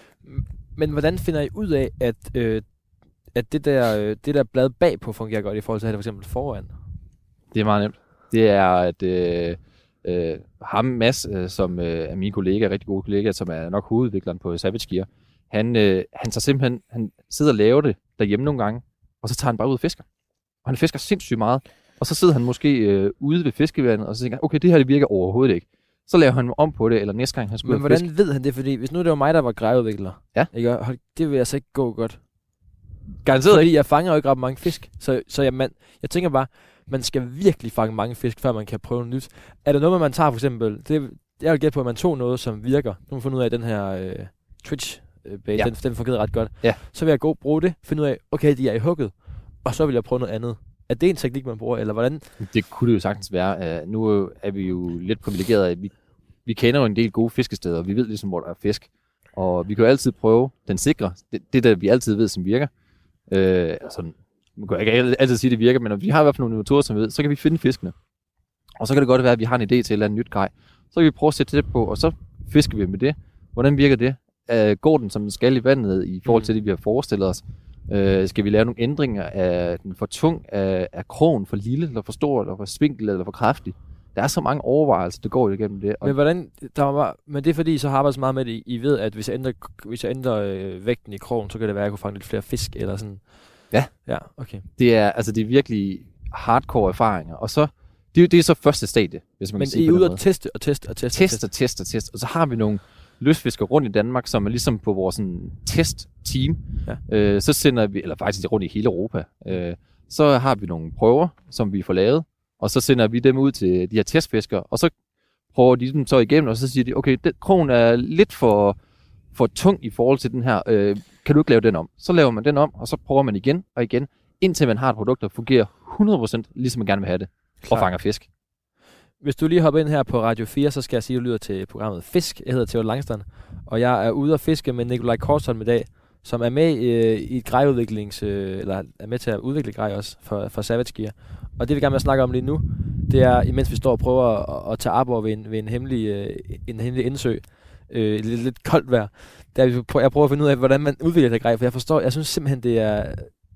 Men hvordan finder I ud af, at, øh, at det, der, øh, det der blad bagpå fungerer godt i forhold til at have det for eksempel foran? Det er meget nemt. Det er, at øh, øh, ham, Mads, øh, som øh, er min kollega, rigtig god kollega, som er nok hovedudvikleren på Savage Gear, han, øh, han tager simpelthen, han sidder og laver det derhjemme nogle gange, og så tager han bare ud og fisker. Og han fisker sindssygt meget. Og så sidder han måske øh, ude ved fiskevandet, og så tænker han, okay, det her det virker overhovedet ikke. Så laver han om på det, eller næste gang han skulle. Men hvordan fisk. ved han det? Fordi hvis nu det var mig, der var grejeudvikler, ja. ikke? Det vil altså ikke gå godt. Garanteret Fordi ikke. jeg fanger jo ikke ret mange fisk. Så, så jeg, man, jeg tænker bare, man skal virkelig fange mange fisk, før man kan prøve noget nyt. Er der noget, man tager for eksempel? Det, jeg vil gætte på, at man tog noget, som virker. Nu har man fundet ud af, at den her øh, Twitch øh, bait, ja. den, den fungerede ret godt. Ja. Så vil jeg gå bruge det, finde ud af, okay, de er i hugget. Og så vil jeg prøve noget andet. Er det en teknik, man bruger, eller hvordan? Det kunne det jo sagtens være. Uh, nu er vi jo lidt privilegerede. Vi, vi kender jo en del gode fiskesteder, og vi ved ligesom, hvor der er fisk. Og vi kan jo altid prøve den sikre. Det, det der vi altid ved, som virker. Uh, altså, man kan ikke altid sige, at det virker, men når vi har i hvert fald nogle metoder, som vi ved, så kan vi finde fiskene. Og så kan det godt være, at vi har en idé til et eller andet nyt grej. Så kan vi prøve at sætte det på, og så fisker vi med det. Hvordan virker det? Uh, går den, som den skal i vandet, i forhold til det, vi har forestillet os? Uh, skal vi lave nogle ændringer? Er den for tung? Er, er krogen for lille, eller for stor, eller for spinkel, eller for kraftig? Der er så mange overvejelser, der går igennem det. Men hvordan, der var, men det er fordi, så har arbejdet så meget med det, I ved, at hvis jeg ændrer, hvis jeg ændrer øh, vægten i krogen, så kan det være, at jeg kunne fange lidt flere fisk, eller sådan. Ja. Ja, okay. Det er, altså, det er virkelig hardcore erfaringer. Og så, det, det er så første stadie, hvis man men kan sige I er ude at teste og teste og teste. Teste og teste og teste. Og så har vi nogle lystfiskere rundt i Danmark, som er ligesom på vores sådan, test-team. Ja. Øh, så sender vi, eller faktisk rundt i hele Europa, øh, så har vi nogle prøver, som vi får lavet, og så sender vi dem ud til de her testfiskere, og så prøver de dem så igennem, og så siger de, okay, den krogen er lidt for, for tung i forhold til den her, øh, kan du ikke lave den om? Så laver man den om, og så prøver man igen og igen, indtil man har et produkt, der fungerer hundrede procent, ligesom man gerne vil have det, Klar. og fanger fisk. Hvis du lige hopper ind her på Radio fire, så skal jeg sige, at du lytter til programmet Fisk. Jeg hedder Theo Langstrand, og jeg er ude at fiske med Nikolaj Korsholm i dag, som er med øh, i et grejudviklings, øh, eller er med til at udvikle grej også for, for Savage Gear. Og det vi gerne vil snakke om lige nu, det er, imens vi står og prøver at, at tage arbor ved en, ved en hemmelig, øh, en hemmelig indsø, øh, lidt, lidt koldt vejr, der jeg prøver at finde ud af, hvordan man udvikler det grej, for jeg forstår, jeg synes simpelthen, det er,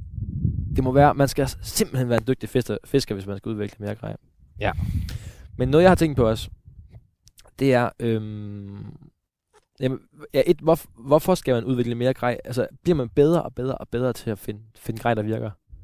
det må være, man skal simpelthen være en dygtig fisker, fisker hvis man skal udvikle mere grej. Ja. Men noget, jeg har tænkt på også, det er, øhm, jamen, ja, et, hvor, hvorfor skal man udvikle mere grej? Altså, bliver man bedre og bedre og bedre til at finde, finde grej, der virker?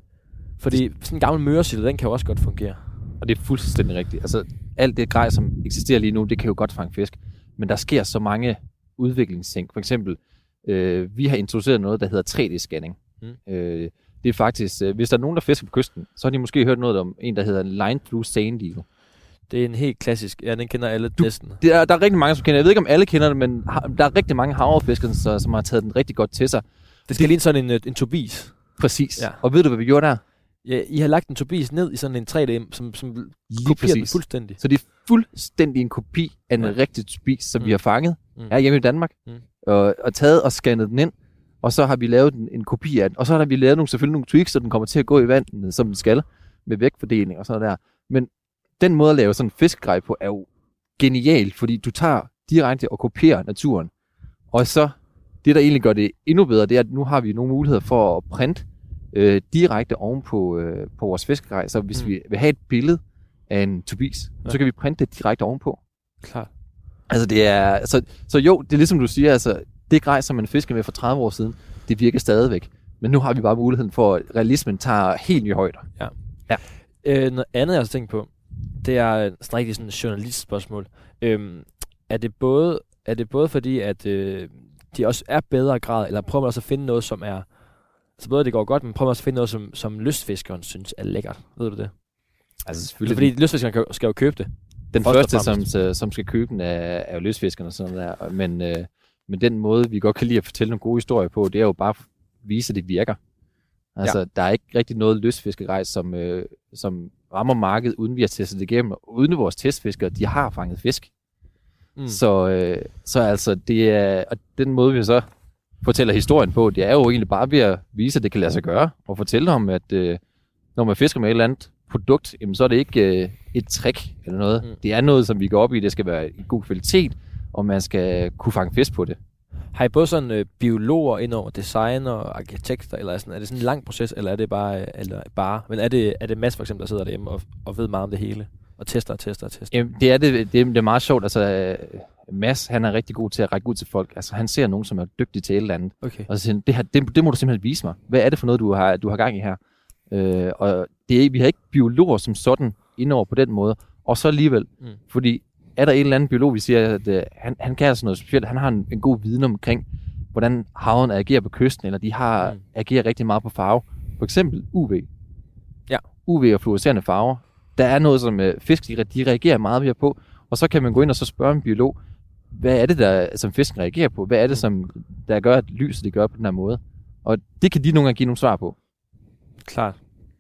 Fordi sådan en gammel møresille, den kan jo også godt fungere. Og det er fuldstændig rigtigt. Altså, alt det grej, som eksisterer lige nu, det kan jo godt fange fisk. Men der sker så mange udviklingsting. For eksempel, øh, vi har introduceret noget, der hedder tre D-scanning. Mm. Øh, det er faktisk, øh, hvis der er nogen, der fisker på kysten, så har de måske hørt noget om en, der hedder Line Blue Sand Eagle. Det er en helt klassisk, ja, den kender alle du, næsten. Det er, der er rigtig mange, som kender. Jeg ved ikke, om alle kender det, men har, der er rigtig mange havrefiskere, som har taget den rigtig godt til sig. Det skal ligne sådan en, en turbis. Præcis. Ja. Og ved du, hvad vi gjorde der? Ja, I har lagt en turbis ned i sådan en tre D, som, som kopierer den fuldstændig. Så det er fuldstændig en kopi af en ja. rigtig turbis, som mm. vi har fanget mm. her hjemme i Danmark. Mm. Og, og taget og scannet den ind. Og så har vi lavet en, en kopi af den. Og så har vi lavet nogle, selvfølgelig nogle tweaks, så den kommer til at gå i vandet, som den skal. Med vægtfordeling og sådan der. Men den måde at lave sådan en fiskegrej på, er jo genial. Fordi du tager direkte og kopierer naturen. Og så, det der egentlig gør det endnu bedre, det er, at nu har vi nogle muligheder for at printe Øh, direkte oven på, øh, på vores fiskegrej. Så hvis mm. vi vil have et billede af en turbis, ja. så kan vi printe det direkte ovenpå. Klart. Altså det er, så, så jo, det er ligesom du siger, altså det grej, som man fisker med for tredive år siden, det virker stadigvæk. Men nu har vi bare muligheden for, at realismen tager helt nye højder. Ja. ja. Øh, noget andet, jeg har tænkt på, det er sådan rigtig sådan et journalistspørgsmål. Øhm, er det både, er det både fordi, at øh, de også er bedre grad, eller prøver man også at finde noget, som er så både det går godt, men prøv også at finde noget, som, som lystfiskeren synes er lækkert. Ved du det? Altså selvfølgelig. Fordi lystfiskeren skal jo købe det. Den første, som, som skal købe den, er, er jo lystfiskeren og sådan der. Men, øh, men den måde, vi godt kan lide at fortælle nogle gode historier på, det er jo bare at vise, at det virker. Altså, ja. Der er ikke rigtig noget lystfiskerej, som, øh, som rammer markedet, uden vi har testet det igennem. Og uden vores testfiskere, de har fanget fisk. Mm. Så, øh, så altså, det er, og den måde, vi så fortæller historien på, det er jo egentlig bare ved at vise, at det kan lade sig gøre, og fortælle om, at øh, når man fisker med et eller andet produkt, jamen, så er det ikke øh, et trick eller noget. Mm. Det er noget, som vi går op i, det skal være i god kvalitet, og man skal kunne fange fisk på det. Har I både sådan øh, biologer ind over designer og arkitekter, eller er, sådan, er det sådan en lang proces, eller er det bare, øh, eller bare, men er det, er det Mads for eksempel, der sidder derhjemme og, og ved meget om det hele, og tester og tester og tester? Jamen, det er det, det, er, det er meget sjovt, altså Mads, han er rigtig god til at række ud til folk. Altså, han ser nogen, som er dygtige til et eller andet. Okay. Og så siger han, det, her, det, det må du simpelthen vise mig. Hvad er det for noget, du har, du har gang i her? Øh, og det er, vi har ikke biologer som sådan indover på den måde. Og så alligevel, mm. fordi er der en eller anden biolog, vi siger, at uh, han, han kan altså noget specielt. Han har en, en god viden omkring, hvordan havren agerer på kysten, eller de har mm. agerer rigtig meget på farve. For eksempel U V. Ja. U V og fluorescerende farver. Der er noget, som uh, fisk, de reagerer meget mere på. Og så kan man gå ind og så spørge en biolog, hvad er det, der, som fisken reagerer på? Hvad er det, som der gør, at lyset det gør på den her måde? Og det kan de nogle gange give nogle svar på. Klart.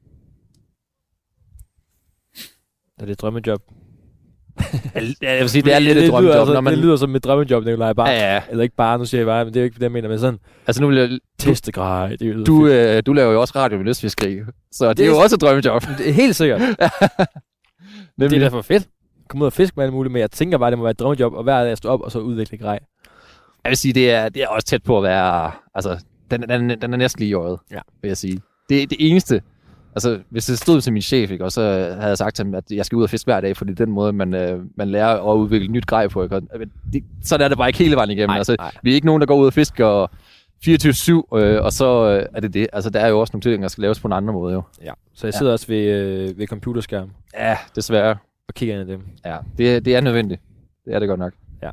Er det et drømmejob? Jeg vil sige, det er lidt et drømmejob. Altså, når man... Det lyder som et drømmejob, Nikolaj. Bare, ja, ja. Eller ikke bare, nu siger jeg bare, men det er jo ikke det, jeg mener. Men sådan, altså nu vil jeg... Testegrej, det er du, øh, du laver jo også radio med lystfiskeri, så det, det er jo også et drømmejob. Det er helt sikkert. Det er derfor fedt. Komme ud og fiske med alt muligt, men jeg tænker bare, det må være et drømmejob, og hver dag at stå op og så udvikle grej. Jeg vil sige, det er, det er også tæt på at være, altså, den, den, den er næsten lige i øjet, ja. Vil jeg sige. Det, det eneste, altså, hvis det stod til min chef, ikke, og så havde jeg sagt til ham, at jeg skal ud og fiske hver dag, fordi det er den måde, man, øh, man lærer at udvikle nyt grej på, ikke? Det, sådan er det bare ikke hele vejen igennem. Ej, altså, ej. Vi er ikke nogen, der går ud og fisker fireogtyve syv, øh, og så øh, er det det. Altså, der er jo også nogle ting, der skal laves på en anden måde, jo. Ja, så jeg sidder ja. også ved, øh, ved computerskærmen. Ja, desværre. Og kigger ind i dem. Ja, det, det er nødvendigt. Det er det godt nok. Ja.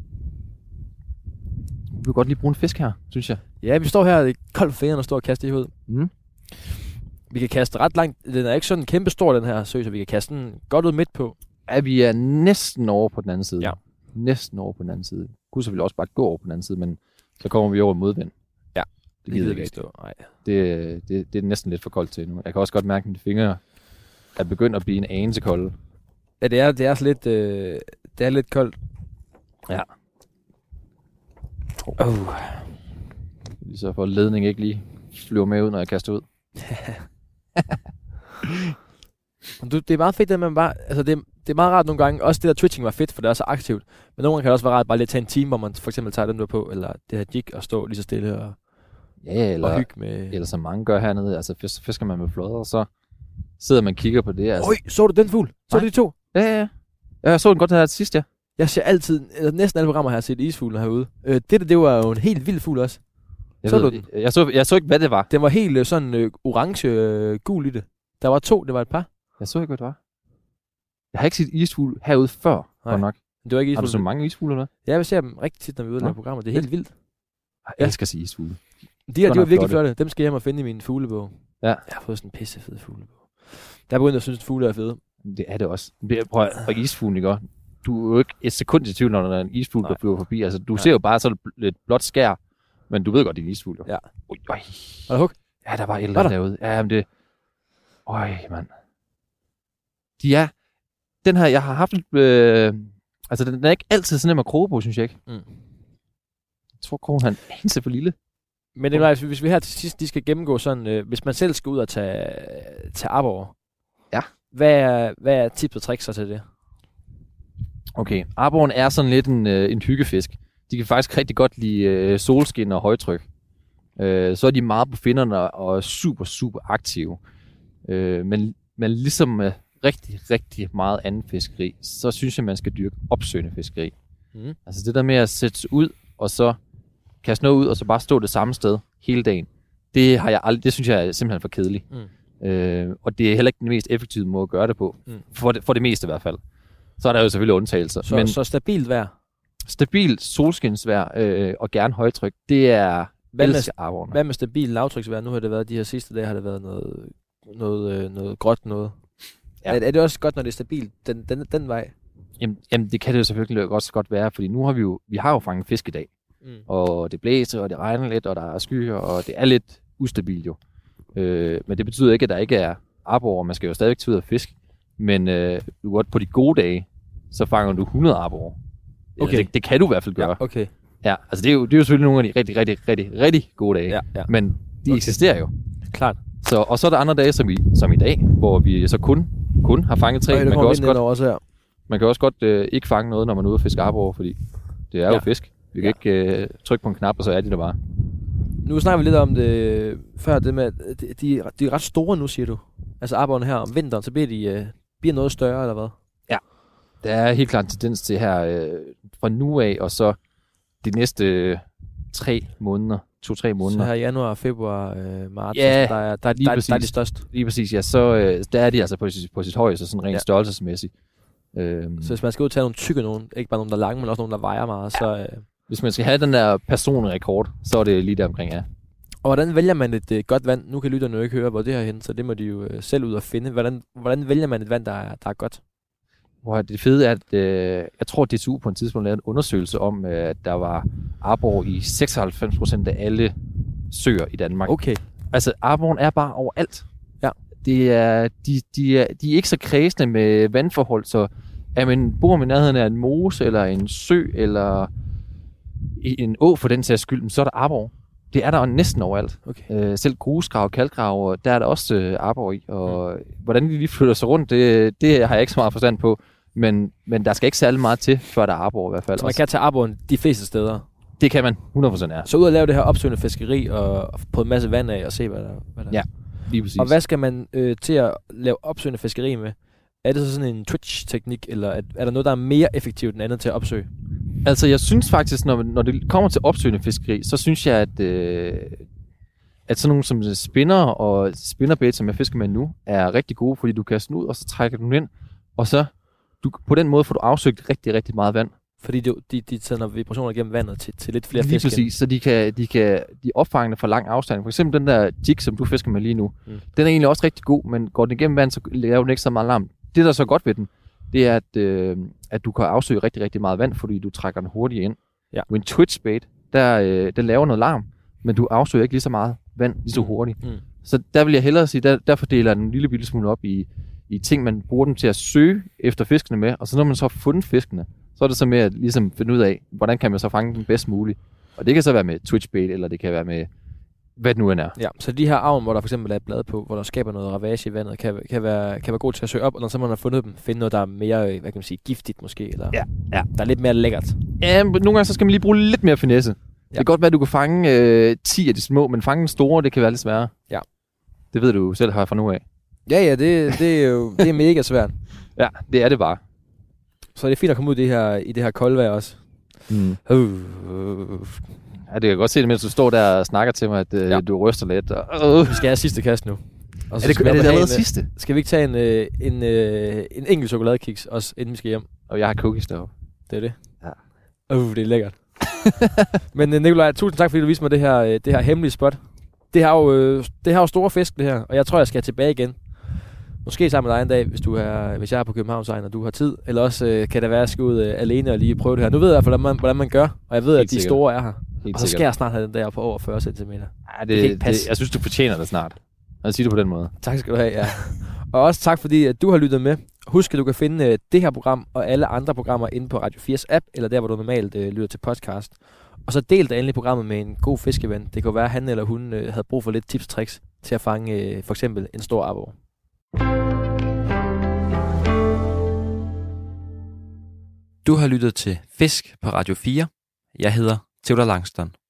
Vi vil godt lige bruge en fisk her, synes jeg. Ja, vi står her i koldt for fingrene og står og kaster i hovedet. Mm. Vi kan kaste ret langt. Den er ikke sådan kæmpe stor, den her sø, så vi kan kaste den godt ud midt på. Ja, vi er næsten over på den anden side. Ja. Næsten over på den anden side. Vi kunne selvfølgelig også bare gå over på den anden side, men så kommer vi over i modvind. Ja, det gider vi ikke stå. Nej. Det, det, det er næsten lidt for koldt til nu. Jeg kan også godt mærke, at mine fingre er begyndt at blive en anelse kolde. Ja, det er, det er lidt, øh, det er lidt koldt. Ja. Oh. Lige så for at ledning ikke lige flyver med ud, når jeg kaster ud. du, det er meget fedt, at man bare, altså det, det er meget rart nogle gange. Også det der twitching var fedt, for det er så aktivt. Men nogle gange kan det også være rart bare lige at tage en time, hvor man for eksempel tager den der på, eller det her jig og stå lige så stille og, ja, eller, og hygge med. Eller som mange gør hernede, altså fisk, fisker man med flåder, og så sidder man og kigger på det. Altså. Øj, så du den fugl? Så du de to? Ja, ja, ja. Jeg så den godt her til sidst, ja. Jeg ser altid, eller næsten alle programmer har set isfuglen herude. Øh, det der, det var jo en helt vild fugl også. Jeg så ved, du den? Jeg så, jeg så ikke, hvad det var. Den var helt sådan øh, orange-gul øh, i det. Der var to, det var et par. Jeg så ikke, hvad det var. Jeg har ikke set isfugl herude før, godt nok. Det var ikke Har du så mange isfugle eller Ja, jeg ser dem rigtig tit, når vi er ude og lave programmer. Det er helt vildt. Jeg elsker at se isfugle. De her, de var virkelig flotte. Dem skal jeg hjem og finde i min fuglebog. Ja. Jeg har fået sådan en pissefed fuglebog. Der er begyndt at synes, at fugle er fede. Det er det også. Det er, prøv at isfuglen, ikke? Du er jo ikke et sekund i tvivl, når der er en isfugl, der flyver forbi. Altså, du Nej. ser jo bare sådan et blåt skær, men du ved godt, det er en isfugl. Ja. Ui, øj. Var der hug? Ja, der var et eller andet derude. Ja, men det... Øj, mand. De er... Den her, jeg har haft... Øh... Altså, den er ikke altid så nem at kroge på, synes jeg ikke. Mm. Jeg tror, krogen han er en for lille. Men det er, hvis vi her til sidst, de skal gennemgå sådan... Øh, hvis man selv skal ud og tage, tage arbor, ja. Hvad er, hvad er tips og tricks så til det? Okay, arboren er sådan lidt en, øh, en hyggefisk. De kan faktisk rigtig godt lide øh, solskin og højtryk. Øh, så er de meget på finnerne og super, super aktive. Øh, men, men ligesom med rigtig, rigtig meget anden fiskeri, så synes jeg, man skal dyrke opsøgende fiskeri. Mm. Altså det der med at sætte sig ud, og så kaste noget ud, og så bare stå det samme sted hele dagen, det, har jeg aldrig, det synes jeg er simpelthen for kedeligt. Mm. Øh, og det er heller ikke den mest effektive måde at gøre det på. Mm. For, det, for det meste i hvert fald. Så er der jo selvfølgelig undtagelser. Så, men så stabilt vejr? Stabilt solskinsvejr øh, og gerne højtryk, det er hvad med, hvad med stabilt lavtryksvejr? Nu har det været, de her sidste dage har det været noget, noget, øh, noget gråt noget. Ja. Er, er det også godt, når det er stabilt den, den, den vej? Jamen, jamen, det kan det jo selvfølgelig også godt være, fordi nu har vi jo, vi har jo fanget fisk i dag. Mm. Og det blæser, og det regner lidt, og der er skyer, og det er lidt ustabilt jo. Øh, men det betyder ikke, at der ikke er arbor, man skal jo stadigvæk tage ud af fisk. Men øh, du godt på de gode dage, så fanger du hundrede arbor. Okay. Det, det kan du i hvert fald gøre. Ja, okay. Ja, altså det er, jo, det er jo selvfølgelig nogle af de rigtig, rigtig, rigtig, rigtig gode dage. Ja, ja. Men de okay. eksisterer jo. Klart. Så, og så er der andre dage, som i, som i dag, hvor vi så kun, kun har fanget tre. Okay, man, kan også godt, også her. man kan også godt øh, ikke fange noget, når man er ude og fiske arbor, fordi det er ja. jo fisk. Vi kan ja. ikke øh, trykke på en knap, og så er de der bare. Nu snakker vi lidt om det før, det med, at de, de, de er ret store nu, siger du. Altså arborene her om vinteren, så bliver de øh, bliver noget større, eller hvad? Ja, der er helt klart en tendens til her øh, fra nu af, og så de næste øh, tre måneder, to-tre måneder. Så her januar, februar, øh, marts, ja, der, er, der, der, der er de største. Lige præcis, ja. Så øh, der er de altså på, på sit højeste, sådan rent ja. størrelsesmæssigt. Øhm. Så hvis man skal ud og tage nogle tykke nogen, ikke bare nogle, der er lange, men også nogle, der vejer meget, ja. så... Øh. Hvis man skal have den der personrekord, så er det lige der omkring, ja. Og hvordan vælger man et øh, godt vand? Nu kan lytterne jo ikke høre, hvor det er henne, så det må de jo øh, selv ud og finde. Hvordan, hvordan vælger man et vand, der er, der er godt? Wow, det fede er, at øh, jeg tror, at D T U på en tidspunkt lavede en undersøgelse om, øh, at der var arbor i seksoghalvfems procent af alle søer i Danmark. Okay. Altså, arboren er bare overalt. Ja. Det er, de, de, er, de er ikke så kredsende med vandforhold, så er man bor med nærheden af en mose, eller en sø, eller en å for den sags skyld, så er der arbor. Det er der næsten overalt. Okay. Øh, selv grusgrav, kalkgrav, der er der også øh, arbor i. Og mm. hvordan de lige flytter sig rundt, det, det har jeg ikke så meget forstand på. Men, men der skal ikke særlig meget til, før der er arbor i hvert fald. Så man kan tage arboren de fleste steder? Det kan man, hundrede procent er. Så ud og lave det her opsøgende fiskeri og på en masse vand af og se, hvad der, hvad der ja, lige præcis. Og hvad skal man øh, til at lave opsøgende fiskeri med? Er det så sådan en Twitch-teknik, eller er, er der noget, der er mere effektivt end andet til at opsøge? Altså, jeg synes faktisk, når, når det kommer til opsøgende fiskeri, så synes jeg, at, øh, at sådan nogle som spinner og spinnerbait, som jeg fisker med nu, er rigtig gode, fordi du kaster den ud, og så trækker du den ind, og så du, på den måde får du afsøgt rigtig, rigtig meget vand. Fordi de, de, de sender vibrationer gennem vandet til, til lidt flere lige fisk. Lige præcis, så de kan, de kan de opfanger fra lang afstand. For eksempel den der jig, som du fisker med lige nu, mm. den er egentlig også rigtig god, men går den igennem vand, så laver den ikke så meget larm. Det, der er så godt ved den, det er, at, øh, at du kan afsøge rigtig, rigtig meget vand, fordi du trækker den hurtigt ind. Ja. Med en Twitch bait, der, øh, den laver noget larm, men du afsøger ikke lige så meget vand lige så hurtigt. Mm. Så der vil jeg hellere sige, der, der fordeler den en lille bitte smule op i, i ting, man bruger dem til at søge efter fiskene med, og så når man så har fundet fiskene, så er det så med at ligesom finde ud af, hvordan kan man så fange den bedst muligt. Og det kan så være med Twitch bait, eller det kan være med hvad det nu end er. Ja, så de her avn, hvor der for eksempel er et blad på, hvor der skaber noget ravage i vandet, kan, kan, være, kan være god til at søge op, og når så man har fundet dem, finde noget, der er mere, hvad kan man sige, giftigt måske, eller ja, ja. der er lidt mere lækkert. Ja, nogle gange så skal man lige bruge lidt mere finesse. Ja. Det kan godt være, at du kan fange øh, ti af de små, men fange den store, det kan være lidt sværere. Ja. Det ved du selv har fra nu af. Ja, ja, det, det er jo det er mega svært. Ja, det er det bare. Så det er fint at komme ud i det her, i det her kolde vejr også. Mm. Uh, uh, Ja, det kan godt se det, mens du står der og snakker til mig, at øh, ja. du ryster lidt. Og, øh. Vi skal have sidste kast nu. Og så er det, er det allerede en, sidste? Skal vi ikke tage en, øh, en, øh, en enkelt chokoladekiks også, inden vi skal hjem? Og jeg har cookies deroppe. Det er det? Ja. Uh, det er lækkert. Men øh, Nikolaj, tusind tak, fordi du viste mig det her, øh, det her hemmelige spot. Det har, jo, øh, det har jo store fisk, det her. Og jeg tror, jeg skal tilbage igen. Måske sammen med dig en dag, hvis, du er, hvis jeg er på Københavnsegn, og du har tid. Eller også øh, kan det være, at jeg skal ud øh, alene og lige prøve det her. Nu ved jeg, hvordan man, hvordan man gør. Og jeg ved, Helt at de sikkert. store er her. Helt og så skal jeg snart have den der på over fyrre centimeter. Ja, det, det, det, jeg synes, du fortjener det snart. Jeg siger det på den måde. Tak skal du have, ja. Og også tak, fordi at du har lyttet med. Husk, at du kan finde uh, det her program og alle andre programmer inde på Radio fires app, eller der, hvor du normalt uh, lytter til podcast. Og så del da endelig programmet med en god fiskeven. Det kan være, at han eller hun uh, havde brug for lidt tips og tricks til at fange uh, for eksempel en stor aborre. Du har lyttet til Fisk på Radio fire. Jeg hedder Theodor Langston.